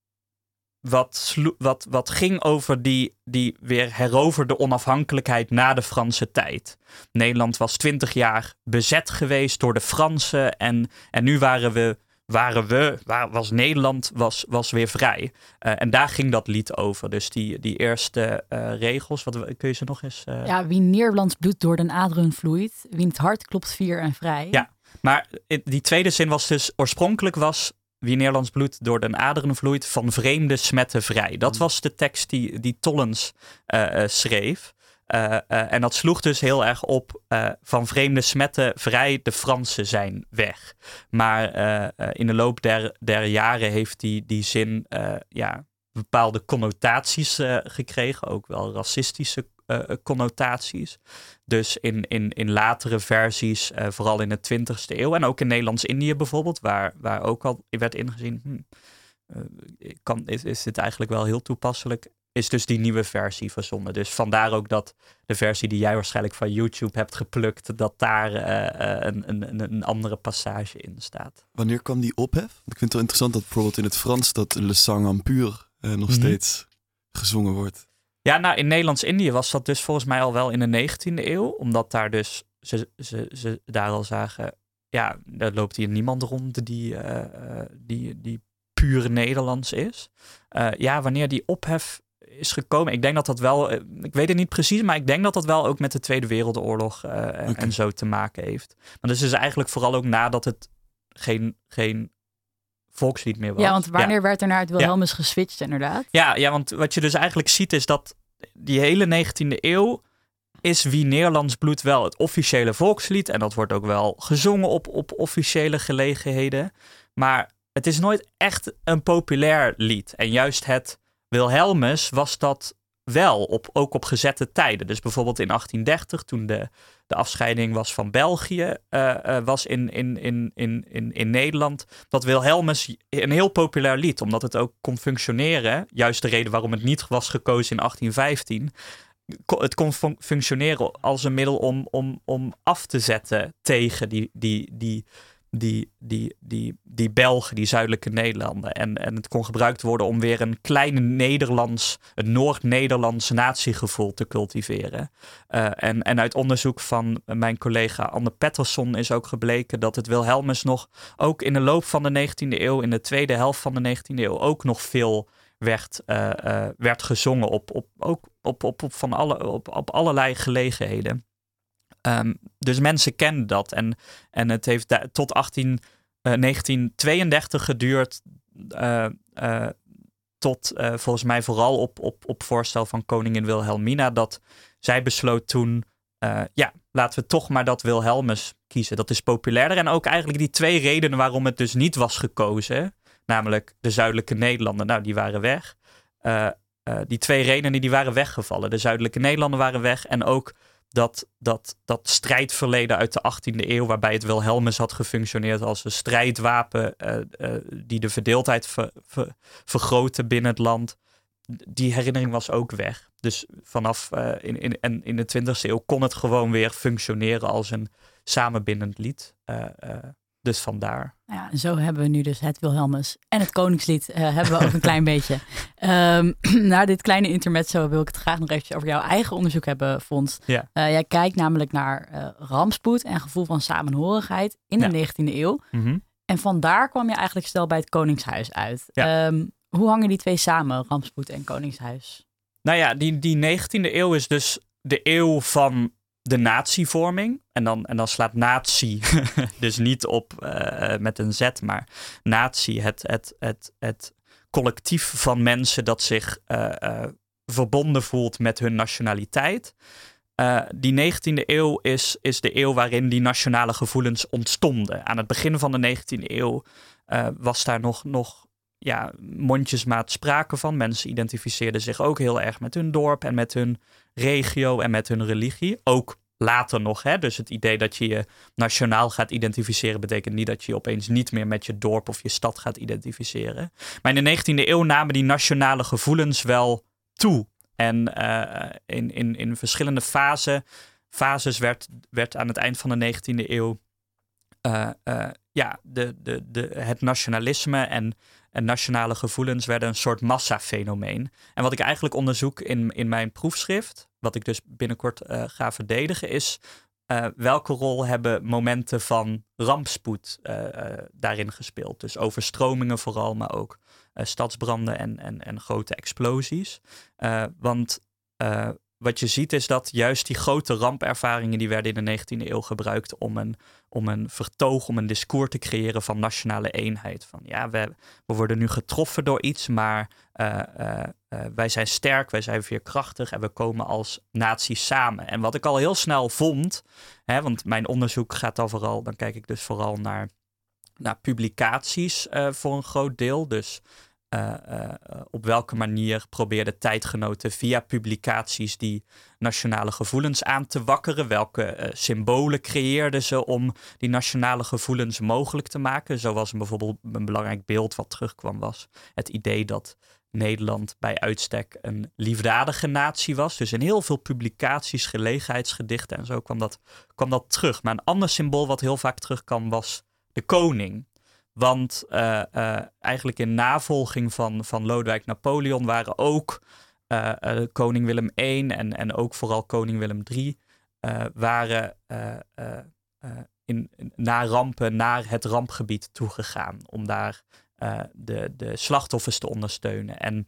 wat, slo- wat, wat ging over die, die weer heroverde onafhankelijkheid na de Franse tijd. Nederland was twintig jaar bezet geweest door de Fransen. En, en nu waren we... waren we, waar was Nederland, was, was weer vrij. Uh, en daar ging dat lied over. Dus die, die eerste uh, regels, wat, kun je ze nog eens... Uh... Ja, wie Nederlands bloed door den aderen vloeit, wie het hart klopt fier en vrij. Ja, maar die tweede zin was dus, oorspronkelijk was wie Nederlands bloed door den aderen vloeit, van vreemde smetten vrij. Dat was de tekst die, die Tollens uh, uh, schreef. Uh, uh, en dat sloeg dus heel erg op uh, van vreemde smetten vrij, de Fransen zijn weg. Maar uh, uh, in de loop der, der jaren heeft die, die zin uh, ja, bepaalde connotaties uh, gekregen. Ook wel racistische uh, connotaties. Dus in, in, in latere versies, uh, vooral in de twintigste eeuw en ook in Nederlands-Indië bijvoorbeeld, waar, waar ook al werd ingezien, hm, uh, kan, is, is dit eigenlijk wel heel toepasselijk, is dus die nieuwe versie verzonnen. Dus vandaar ook dat de versie die jij waarschijnlijk van YouTube hebt geplukt, dat daar uh, een, een, een andere passage in staat. Wanneer kwam die ophef? Want ik vind het wel interessant dat bijvoorbeeld in het Frans dat Le Sang en Pur uh, nog mm-hmm. steeds gezongen wordt. Ja, nou in Nederlands-Indië was dat dus volgens mij al wel in de negentiende eeuw. Omdat daar dus, ze, ze, ze daar al zagen, ja, daar loopt hier niemand rond die, uh, die, die puur Nederlands is. Uh, ja, wanneer die ophef is gekomen. Ik denk dat dat wel, ik weet het niet precies, maar ik denk dat dat wel ook met de Tweede Wereldoorlog uh, okay. en zo te maken heeft. Maar dus is eigenlijk vooral ook nadat het geen, geen volkslied meer was. Ja, want wanneer ja. werd er naar het Wilhelmus ja. geswitcht inderdaad? Ja, ja, want wat je dus eigenlijk ziet is dat die hele negentiende eeuw is Wie Neerlands bloed wel het officiële volkslied. En dat wordt ook wel gezongen op, op officiële gelegenheden. Maar het is nooit echt een populair lied. En juist het Wilhelmus was dat wel, op, ook op gezette tijden. Dus bijvoorbeeld in achttien dertig, toen de, de afscheiding was van België, uh, uh, was in, in, in, in, in, in Nederland dat Wilhelmus een heel populair lied, omdat het ook kon functioneren. Juist de reden waarom het niet was gekozen in achttien vijftien. Het kon fun- functioneren als een middel om, om, om af te zetten tegen die, die, die, die, die, die, die Belgen, die zuidelijke Nederlanden. En, en het kon gebruikt worden om weer een kleine Nederlands, een Noord-Nederlands natiegevoel te cultiveren. Uh, en, en uit onderzoek van mijn collega Anne Pettersson is ook gebleken dat het Wilhelmus nog ook in de loop van de negentiende eeuw, in de tweede helft van de negentiende eeuw, ook nog veel werd, uh, uh, werd gezongen op, op, ook op, op, op, van alle, op, op allerlei gelegenheden. Um, dus mensen kenden dat. En, en het heeft da- tot achttien, uh, negentien tweeëndertig geduurd uh, uh, tot uh, volgens mij vooral op, op, op voorstel van koningin Wilhelmina, dat zij besloot toen, uh, ja, laten we toch maar dat Wilhelmus kiezen. Dat is populairder. En ook eigenlijk die twee redenen waarom het dus niet was gekozen, namelijk de zuidelijke Nederlanden, nou, die waren weg. Uh, uh, die twee redenen die waren weggevallen. De zuidelijke Nederlanden waren weg en ook dat, dat, dat strijdverleden uit de achttiende eeuw, waarbij het Wilhelmus had gefunctioneerd als een strijdwapen uh, uh, die de verdeeldheid ver, ver, vergrootte binnen het land. Die herinnering was ook weg. Dus vanaf uh, in, in, in de twintigste eeuw kon het gewoon weer functioneren als een samenbindend lied. Uh, uh, dus vandaar. Ja, en zo hebben we nu dus het Wilhelmus en het Koningslied uh, hebben we ook een klein beetje. Um, na dit kleine intermezzo wil ik het graag nog eventjes over jouw eigen onderzoek hebben, Fons. Ja. Uh, jij kijkt namelijk naar uh, rampspoed en gevoel van samenhorigheid in de ja. negentiende eeuw. Mm-hmm. En vandaar kwam je eigenlijk snel bij het Koningshuis uit. Ja. Um, hoe hangen die twee samen, rampspoed en Koningshuis? Nou ja, die, die negentiende eeuw is dus de eeuw van de natievorming. En dan, en dan slaat natie dus niet op uh, met een Z, maar natie, het, het, het, het collectief van mensen dat zich uh, uh, verbonden voelt met hun nationaliteit. Uh, die negentiende eeuw is, is de eeuw waarin die nationale gevoelens ontstonden. Aan het begin van de negentiende eeuw uh, was daar nog, nog ja, mondjesmaat sprake van. Mensen identificeerden zich ook heel erg met hun dorp en met hun regio en met hun religie. Ook later nog. Hè? Dus het idee dat je je nationaal gaat identificeren betekent niet dat je opeens niet meer met je dorp of je stad gaat identificeren. Maar in de negentiende eeuw namen die nationale gevoelens wel toe. En uh, in, in, in verschillende fasen, fases werd, werd aan het eind van de negentiende eeuw uh, uh, ja, de, de, de, het nationalisme en, en nationale gevoelens werden een soort massafenomeen. En wat ik eigenlijk onderzoek in, in mijn proefschrift, wat ik dus binnenkort uh, ga verdedigen, is uh, welke rol hebben momenten van rampspoed uh, uh, daarin gespeeld. Dus overstromingen vooral, maar ook uh, stadsbranden en, en, en grote explosies. Uh, want uh, wat je ziet is dat juist die grote rampervaringen, die werden in de negentiende eeuw gebruikt om een, om een vertoog, om een discours te creëren van nationale eenheid. Van ja, we, we worden nu getroffen door iets, maar uh, uh, uh, wij zijn sterk, wij zijn veerkrachtig en we komen als natie samen. En wat ik al heel snel vond, hè, want mijn onderzoek gaat dan vooral, dan kijk ik dus vooral naar, naar publicaties uh, voor een groot deel. Dus Uh, uh, op welke manier probeerden tijdgenoten via publicaties die nationale gevoelens aan te wakkeren? Welke uh, symbolen creëerden ze om die nationale gevoelens mogelijk te maken? Zo was bijvoorbeeld een belangrijk beeld wat terugkwam was het idee dat Nederland bij uitstek een liefdadige natie was. Dus in heel veel publicaties, gelegenheidsgedichten en zo kwam dat, kwam dat terug. Maar een ander symbool wat heel vaak terugkwam was de koning. Want uh, uh, eigenlijk in navolging van, van Lodewijk Napoleon waren ook uh, uh, koning Willem de Eerste en, en ook vooral koning Willem de Derde uh, waren uh, uh, uh, in, na rampen naar het rampgebied toegegaan om daar uh, de, de slachtoffers te ondersteunen. En,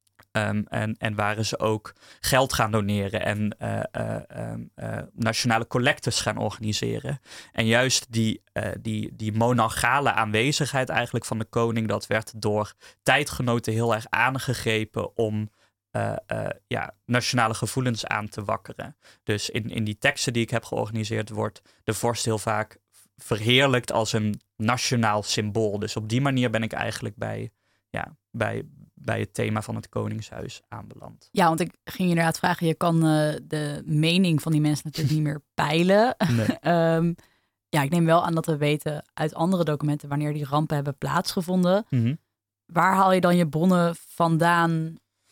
um, en, en waren ze ook geld gaan doneren en uh, uh, um, uh, nationale collectes gaan organiseren. En juist die, uh, die, die monarchale aanwezigheid eigenlijk van de koning, dat werd door tijdgenoten heel erg aangegrepen om uh, uh, ja, nationale gevoelens aan te wakkeren. Dus in, in die teksten die ik heb georganiseerd wordt de vorst heel vaak verheerlijkt als een nationaal symbool. Dus op die manier ben ik eigenlijk bij, ja, bij, bij het thema van het Koningshuis aanbeland. Ja, want ik ging je inderdaad vragen, je kan uh, de mening van die mensen natuurlijk niet meer peilen. Nee. um, ja, ik neem wel aan dat we weten uit andere documenten wanneer die rampen hebben plaatsgevonden. Mm-hmm. Waar haal je dan je bronnen vandaan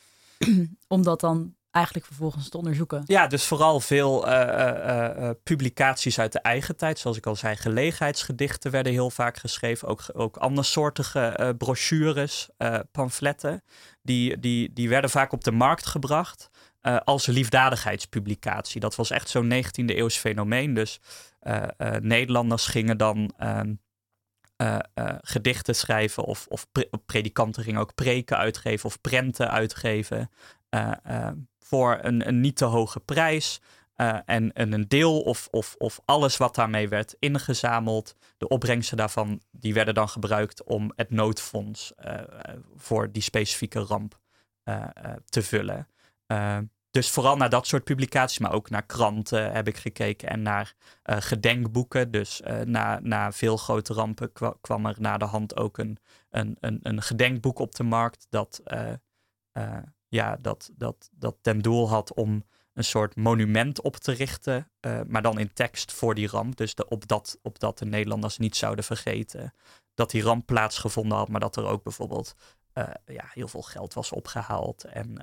om dat dan eigenlijk vervolgens te onderzoeken? Ja, dus vooral veel uh, uh, uh, publicaties uit de eigen tijd. Zoals ik al zei, gelegenheidsgedichten werden heel vaak geschreven. Ook, ook andersoortige uh, brochures, uh, pamfletten. Die, die, die werden vaak op de markt gebracht uh, als liefdadigheidspublicatie. Dat was echt zo'n negentiende eeuws fenomeen. Dus uh, uh, Nederlanders gingen dan Uh, Uh, uh, gedichten schrijven of, of pre- predikanten gingen ook preken uitgeven of prenten uitgeven uh, uh, voor een, een niet te hoge prijs. Uh, en, en een deel of, of, of alles wat daarmee werd ingezameld, de opbrengsten daarvan, die werden dan gebruikt om het noodfonds uh, voor die specifieke ramp uh, uh, te vullen. Uh, dus vooral naar dat soort publicaties, maar ook naar kranten heb ik gekeken en naar uh, gedenkboeken. Dus uh, na, na veel grote rampen kwa, kwam er na de hand ook een, een, een, een gedenkboek op de markt dat, uh, uh, ja, dat, dat, dat ten doel had om een soort monument op te richten, uh, maar dan in tekst voor die ramp. Dus de, opdat, opdat de Nederlanders niet zouden vergeten dat die ramp plaatsgevonden had, maar dat er ook bijvoorbeeld uh, ja, heel veel geld was opgehaald en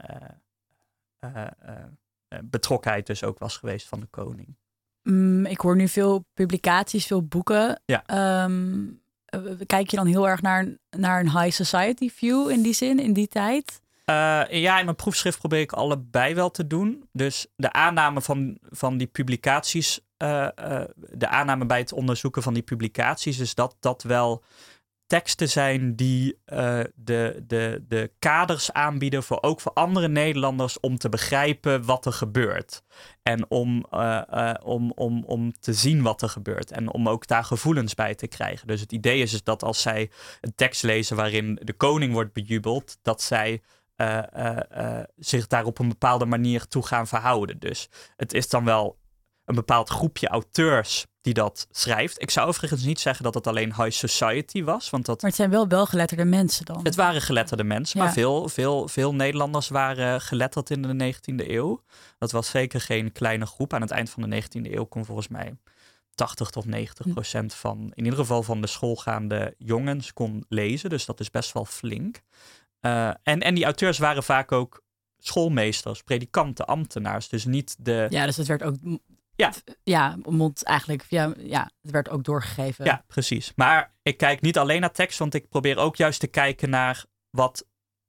uh, uh, uh, uh, betrokkenheid dus ook was geweest van de koning. Mm, ik hoor nu veel publicaties, veel boeken. Ja. Um, kijk je dan heel erg naar, naar een high society view in die zin, in die tijd? Uh, ja, in mijn proefschrift probeer ik allebei wel te doen. Dus de aanname van, van die publicaties, uh, uh, de aanname bij het onderzoeken van die publicaties, is dat dat wel teksten zijn die uh, de, de, de kaders aanbieden voor ook voor andere Nederlanders om te begrijpen wat er gebeurt. En om, uh, uh, om, om, om te zien wat er gebeurt. En om ook daar gevoelens bij te krijgen. Dus het idee is, is dat als zij een tekst lezen waarin de koning wordt bejubeld, dat zij Uh, uh, uh, zich daar op een bepaalde manier toe gaan verhouden. Dus het is dan wel een bepaald groepje auteurs die dat schrijft. Ik zou overigens niet zeggen dat het alleen high society was. Want dat... Maar het zijn wel welgeletterde mensen dan? Het waren geletterde mensen, ja. maar veel, veel, veel Nederlanders waren geletterd in de negentiende eeuw. Dat was zeker geen kleine groep. Aan het eind van de negentiende eeuw kon volgens mij tachtig tot negentig procent van, in ieder geval van de schoolgaande jongens, kon lezen. Dus dat is best wel flink. Uh, en, en die auteurs waren vaak ook schoolmeesters, predikanten, ambtenaars. Dus niet de... Ja, dus het werd ook... Ja, ja mond eigenlijk... Ja, ja, het werd ook doorgegeven. Ja, precies. Maar ik kijk niet alleen naar tekst, want ik probeer ook juist te kijken naar wat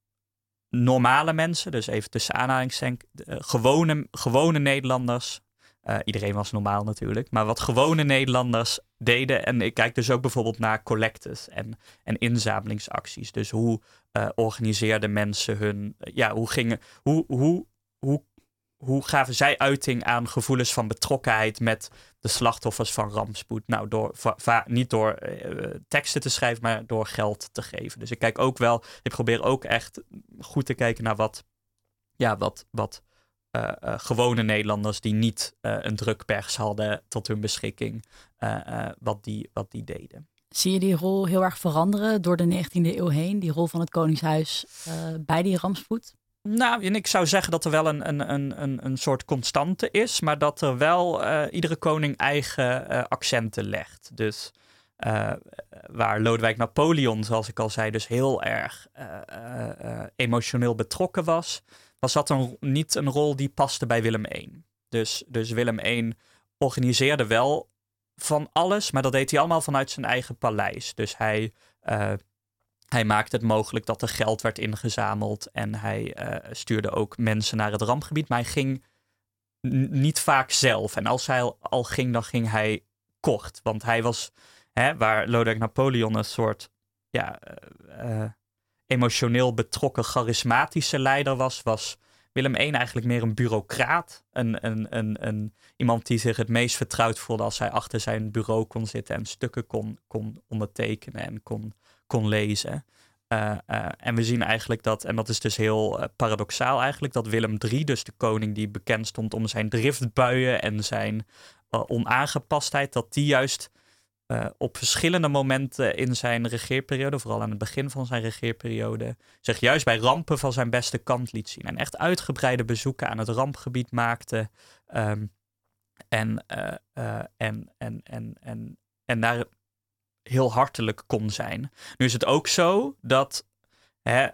normale mensen, dus even tussen aanhalingstekens, uh, gewone, gewone Nederlanders... Uh, iedereen was normaal natuurlijk. Maar wat gewone Nederlanders deden. En ik kijk dus ook bijvoorbeeld naar collectes en, en inzamelingsacties. Dus hoe uh, organiseerden mensen hun... Uh, ja, hoe gingen... Hoe, hoe, hoe, hoe gaven zij uiting aan gevoelens van betrokkenheid met de slachtoffers van rampspoed? Nou, door, va, va, niet door uh, teksten te schrijven, maar door geld te geven. Dus ik kijk ook wel... Ik probeer ook echt goed te kijken naar wat... Ja, wat... wat Uh, uh, gewone Nederlanders die niet uh, een drukpers hadden tot hun beschikking, uh, uh, wat, die, wat die deden. Zie je die rol heel erg veranderen door de negentiende eeuw heen, die rol van het Koningshuis uh, bij die rampspoed? Nou, en ik zou zeggen dat er wel een, een, een, een soort constante is, maar dat er wel uh, iedere koning eigen uh, accenten legt. Dus uh, waar Lodewijk Napoleon, zoals ik al zei, dus heel erg uh, uh, uh, emotioneel betrokken was, was dat een, niet een rol die paste bij Willem de Eerste. Dus, dus Willem de Eerste organiseerde wel van alles, maar dat deed hij allemaal vanuit zijn eigen paleis. Dus hij, uh, hij maakte het mogelijk dat er geld werd ingezameld en hij uh, stuurde ook mensen naar het rampgebied, maar hij ging n- niet vaak zelf. En als hij al, al ging, dan ging hij kort, want hij was, hè, waar Lodewijk Napoleon een soort, ja... Uh, uh, emotioneel betrokken, charismatische leider was, was Willem de Eerste eigenlijk meer een bureaucraat. Een, een, een, een, iemand die zich het meest vertrouwd voelde als hij achter zijn bureau kon zitten en stukken kon, kon ondertekenen en kon, kon lezen. Uh, uh, en we zien eigenlijk dat, en dat is dus heel uh, paradoxaal eigenlijk, dat Willem de Derde, dus de koning die bekend stond om zijn driftbuien en zijn uh, onaangepastheid, dat die juist Uh, op verschillende momenten in zijn regeerperiode, vooral aan het begin van zijn regeerperiode, zich juist bij rampen van zijn beste kant liet zien. En echt uitgebreide bezoeken aan het rampgebied maakte. Um, en, uh, uh, en, en, en, en, en daar heel hartelijk kon zijn. Nu is het ook zo dat hè,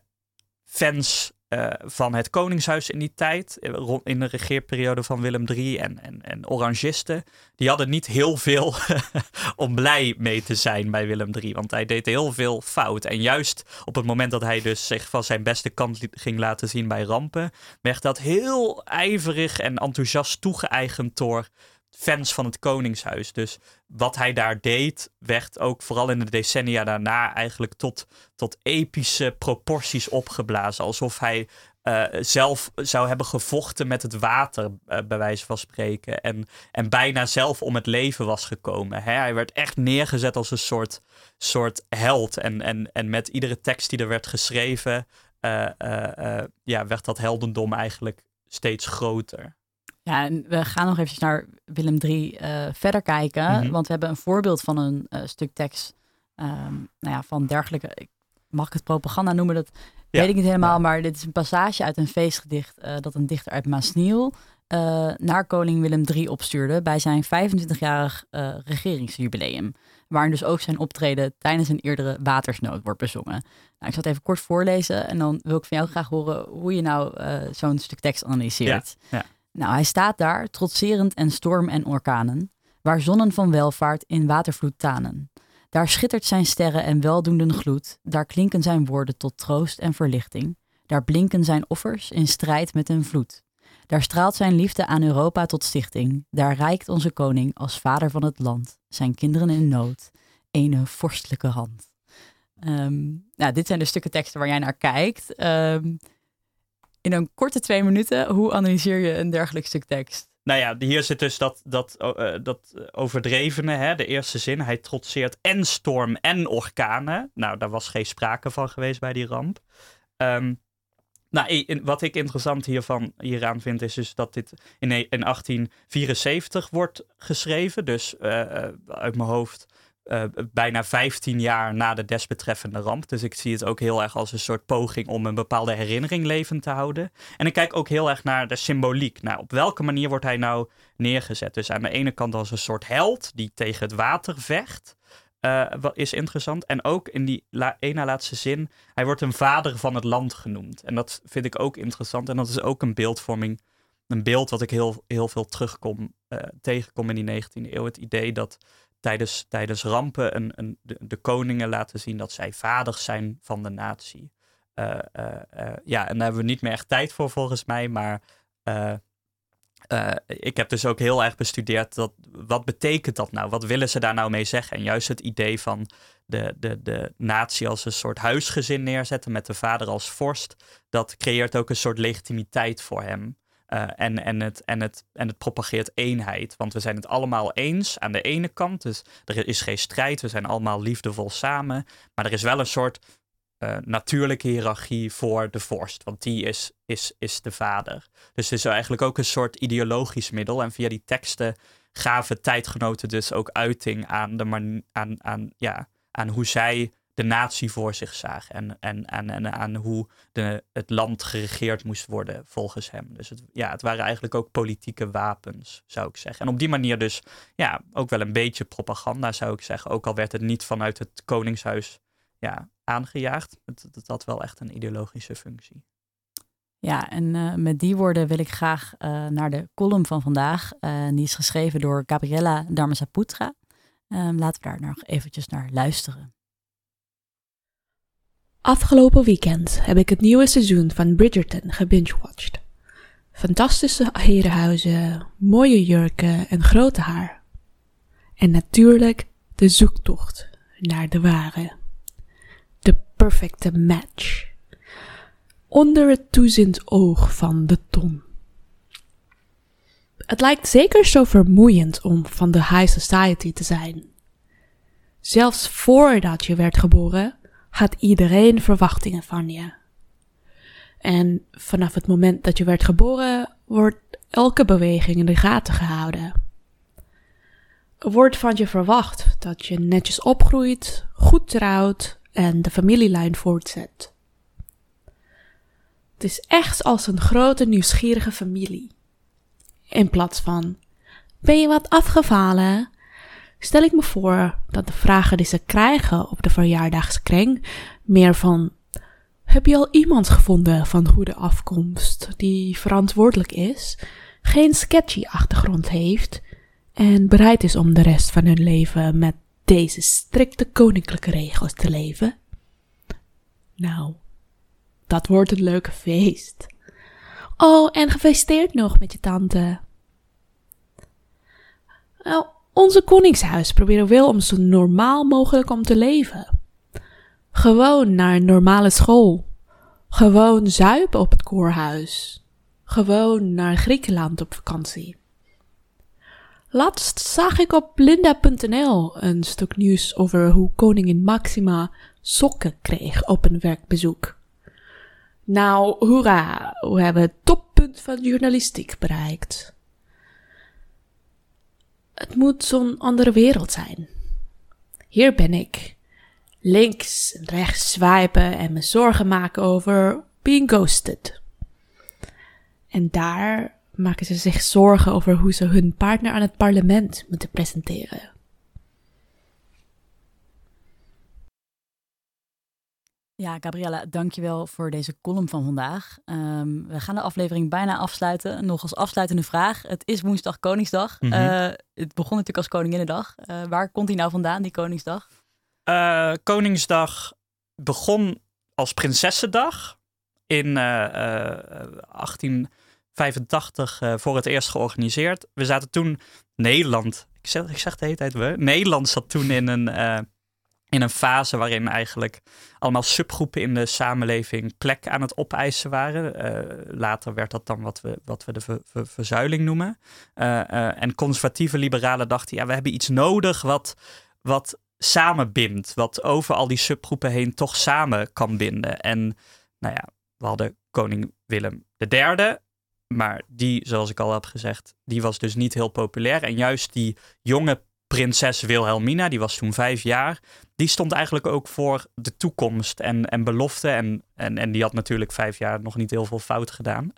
fans Uh, van het Koningshuis in die tijd, in de regeerperiode van Willem de Derde en, en, en orangisten, die hadden niet heel veel om blij mee te zijn bij Willem de Derde, want hij deed heel veel fout. En juist op het moment dat hij dus zich van zijn beste kant ging laten zien bij rampen, werd dat heel ijverig en enthousiast toegeëigend door fans van het Koningshuis. Dus wat hij daar deed, werd ook vooral in de decennia daarna eigenlijk tot, tot epische proporties opgeblazen. Alsof hij uh, zelf zou hebben gevochten met het water, uh, bij wijze van spreken. En, en bijna zelf om het leven was gekomen. Hè? Hij werd echt neergezet als een soort, soort held. En, en, en met iedere tekst die er werd geschreven, uh, uh, uh, ja, werd dat heldendom eigenlijk steeds groter. Ja, en we gaan nog even naar Willem drie uh, verder kijken. Mm-hmm. Want we hebben een voorbeeld van een uh, stuk tekst. Um, nou ja, van dergelijke... Mag ik het propaganda noemen? Dat ja. weet ik niet helemaal. Ja. Maar dit is een passage uit een feestgedicht... Uh, dat een dichter uit Maasniel... Uh, naar koning Willem drie opstuurde... bij zijn vijfentwintigjarig uh, regeringsjubileum. Waarin dus ook zijn optreden... tijdens een eerdere watersnood wordt bezongen. Nou, ik zal het even kort voorlezen... en dan wil ik van jou graag horen... hoe je nou uh, zo'n stuk tekst analyseert. Ja. Ja. Nou, hij staat daar, trotserend en storm en orkanen, waar zonnen van welvaart in watervloed tanen. Daar schittert zijn sterren en weldoenden gloed, daar klinken zijn woorden tot troost en verlichting, daar blinken zijn offers in strijd met een vloed. Daar straalt zijn liefde aan Europa tot stichting, daar reikt onze koning als vader van het land, zijn kinderen in nood, ene vorstelijke hand. Um, nou, dit zijn de stukken teksten waar jij naar kijkt. Um, In een korte twee minuten, hoe analyseer je een dergelijk stuk tekst? Nou ja, hier zit dus dat, dat, uh, dat overdrevene, hè, de eerste zin. Hij trotseert en storm en orkanen. Nou, daar was geen sprake van geweest bij die ramp. Um, nou, in, wat ik interessant hiervan, hieraan vind, is dus dat dit in, in achttien vierenzeventig wordt geschreven. Dus uh, uit mijn hoofd... Uh, bijna vijftien jaar na de desbetreffende ramp. Dus ik zie het ook heel erg als een soort poging om een bepaalde herinnering levend te houden. En ik kijk ook heel erg naar de symboliek. Nou, op welke manier wordt hij nou neergezet? Dus aan de ene kant als een soort held die tegen het water vecht. Uh, is interessant. En ook in die la- ene laatste zin, hij wordt een vader van het land genoemd. En dat vind ik ook interessant. En dat is ook een beeldvorming, een beeld wat ik heel, heel veel terugkom, uh, tegenkom in die negentiende eeuw. Het idee dat Tijdens, tijdens rampen een, een, de, de koningen laten zien dat zij vaders zijn van de natie. Uh, uh, uh, ja, en daar hebben we niet meer echt tijd voor volgens mij. Maar uh, uh, ik heb dus ook heel erg bestudeerd, dat, wat betekent dat nou? Wat willen ze daar nou mee zeggen? En juist het idee van de, de, de natie als een soort huisgezin neerzetten met de vader als vorst. Dat creëert ook een soort legitimiteit voor hem. Uh, en, en, het, en, het, en het propageert eenheid. Want we zijn het allemaal eens aan de ene kant. Dus er is geen strijd. We zijn allemaal liefdevol samen. Maar er is wel een soort uh, natuurlijke hiërarchie voor de vorst. Want die is, is, is de vader. Dus het is eigenlijk ook een soort ideologisch middel. En via die teksten gaven tijdgenoten dus ook uiting aan, de man, aan, aan, ja, aan hoe zij de natie voor zich zagen. En, en, en, en aan hoe de, het land geregeerd moest worden volgens hem. Dus het, ja, het waren eigenlijk ook politieke wapens, zou ik zeggen. En op die manier dus ja, ook wel een beetje propaganda, zou ik zeggen. Ook al werd het niet vanuit het Koningshuis ja, aangejaagd. Het, het had wel echt een ideologische functie. Ja, en uh, met die woorden wil ik graag uh, naar de column van vandaag. Uh, die is geschreven door Gabriella Dharmasaputra. Um, laten we daar nog eventjes naar luisteren. Afgelopen weekend heb ik het nieuwe seizoen van Bridgerton gebingewatcht. Fantastische herenhuizen, mooie jurken en grote haar. En natuurlijk de zoektocht naar de ware. De perfecte match. Onder het toeziend oog van de Tom. Het lijkt zeker zo vermoeiend om van de high society te zijn. Zelfs voordat je werd geboren, had iedereen verwachtingen van je. En vanaf het moment dat je werd geboren, wordt elke beweging in de gaten gehouden. Er wordt van je verwacht dat je netjes opgroeit, goed trouwt en de familielijn voortzet. Het is echt als een grote nieuwsgierige familie. In plaats van, ben je wat afgevallen? Stel ik me voor dat de vragen die ze krijgen op de verjaardagskring meer van, heb je al iemand gevonden van goede afkomst die verantwoordelijk is, geen sketchy achtergrond heeft en bereid is om de rest van hun leven met deze strikte koninklijke regels te leven? Nou, dat wordt een leuke feest. Oh, en gefeliciteerd nog met je tante. Nou, onze koningshuis proberen wel om zo normaal mogelijk om te leven. Gewoon naar een normale school. Gewoon zuipen op het koorhuis. Gewoon naar Griekenland op vakantie. Laatst zag ik op Linda punt n l een stuk nieuws over hoe koningin Maxima sokken kreeg op een werkbezoek. Nou, hoera, we hebben het toppunt van journalistiek bereikt. Het moet zo'n andere wereld zijn. Hier ben ik. Links en rechts swipen en me zorgen maken over being ghosted. En daar maken ze zich zorgen over hoe ze hun partner aan het parlement moeten presenteren. Ja, Gabriella, dankjewel voor deze column van vandaag. Um, we gaan de aflevering bijna afsluiten. Nog als afsluitende vraag. Het is woensdag Koningsdag. Mm-hmm. Uh, het begon natuurlijk als Koninginnedag. Uh, waar komt die nou vandaan, die Koningsdag? Uh, Koningsdag begon als Prinsessendag in uh, uh, achttien vijfentachtig uh, voor het eerst georganiseerd. We zaten toen, Nederland, ik zeg, ik zeg de hele tijd we, Nederland zat toen in een, uh, in een fase waarin eigenlijk allemaal subgroepen in de samenleving plek aan het opeisen waren. Uh, later werd dat dan wat we, wat we de ver, ver, verzuiling noemen. Uh, uh, en conservatieve liberalen dachten, ja, we hebben iets nodig wat, wat samenbindt, wat over al die subgroepen heen toch samen kan binden. En nou ja, we hadden koning Willem de derde, maar die, zoals ik al heb gezegd, die was dus niet heel populair. En juist die jonge prinses Wilhelmina, die was toen vijf jaar, die stond eigenlijk ook voor de toekomst en, en belofte. En, en, en die had natuurlijk vijf jaar nog niet heel veel fout gedaan.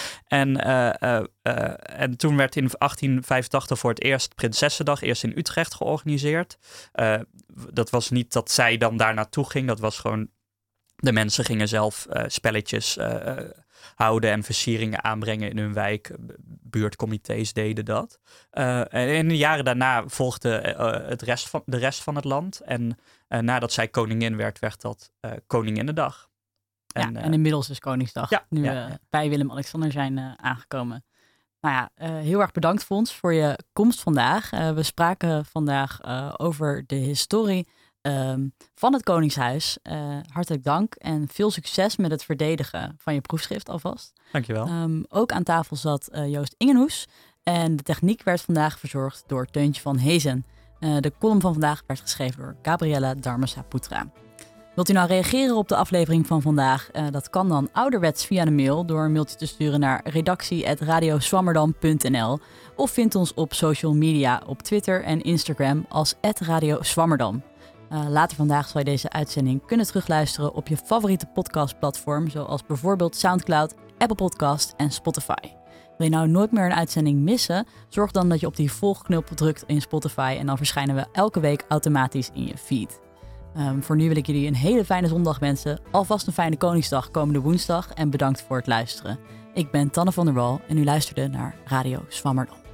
en, uh, uh, uh, en toen werd in achttien vijfentachtig voor het eerst Prinsessendag, eerst in Utrecht georganiseerd. Uh, dat was niet dat zij dan daar naartoe ging, dat was gewoon, de mensen gingen zelf uh, spelletjes uh, houden en versieringen aanbrengen in hun wijk. Buurtcomité's deden dat. Uh, en in de jaren daarna volgde uh, het rest van, de rest van het land. En uh, nadat zij koningin werd, werd dat uh, Koninginnedag. En, ja, uh, en inmiddels is Koningsdag. Ja, nu we ja, ja. bij Willem-Alexander zijn uh, aangekomen. Nou ja, uh, heel erg bedankt Fons voor je komst vandaag. Uh, we spraken vandaag uh, over de historie Um, van het Koningshuis. Uh, hartelijk dank en veel succes met het verdedigen van je proefschrift alvast. Dankjewel. Um, ook aan tafel zat uh, Joost Ingenhoes en de techniek werd vandaag verzorgd door Teuntje van Hezen. Uh, de column van vandaag werd geschreven door Gabriella Darmesa-Putra. Wilt u nou reageren op de aflevering van vandaag? Uh, dat kan dan ouderwets via de mail door een mailtje te sturen naar redactie at radio swammerdam punt n l of vind ons op social media op Twitter en Instagram als at radio swammerdam. Uh, later vandaag zal je deze uitzending kunnen terugluisteren op je favoriete podcastplatform, zoals bijvoorbeeld Soundcloud, Apple Podcast en Spotify. Wil je nou nooit meer een uitzending missen? Zorg dan dat je op die volgknop drukt in Spotify en dan verschijnen we elke week automatisch in je feed. Um, voor nu wil ik jullie een hele fijne zondag wensen, alvast een fijne Koningsdag komende woensdag en bedankt voor het luisteren. Ik ben Tanne van der Wal en u luisterde naar Radio Swammerdam.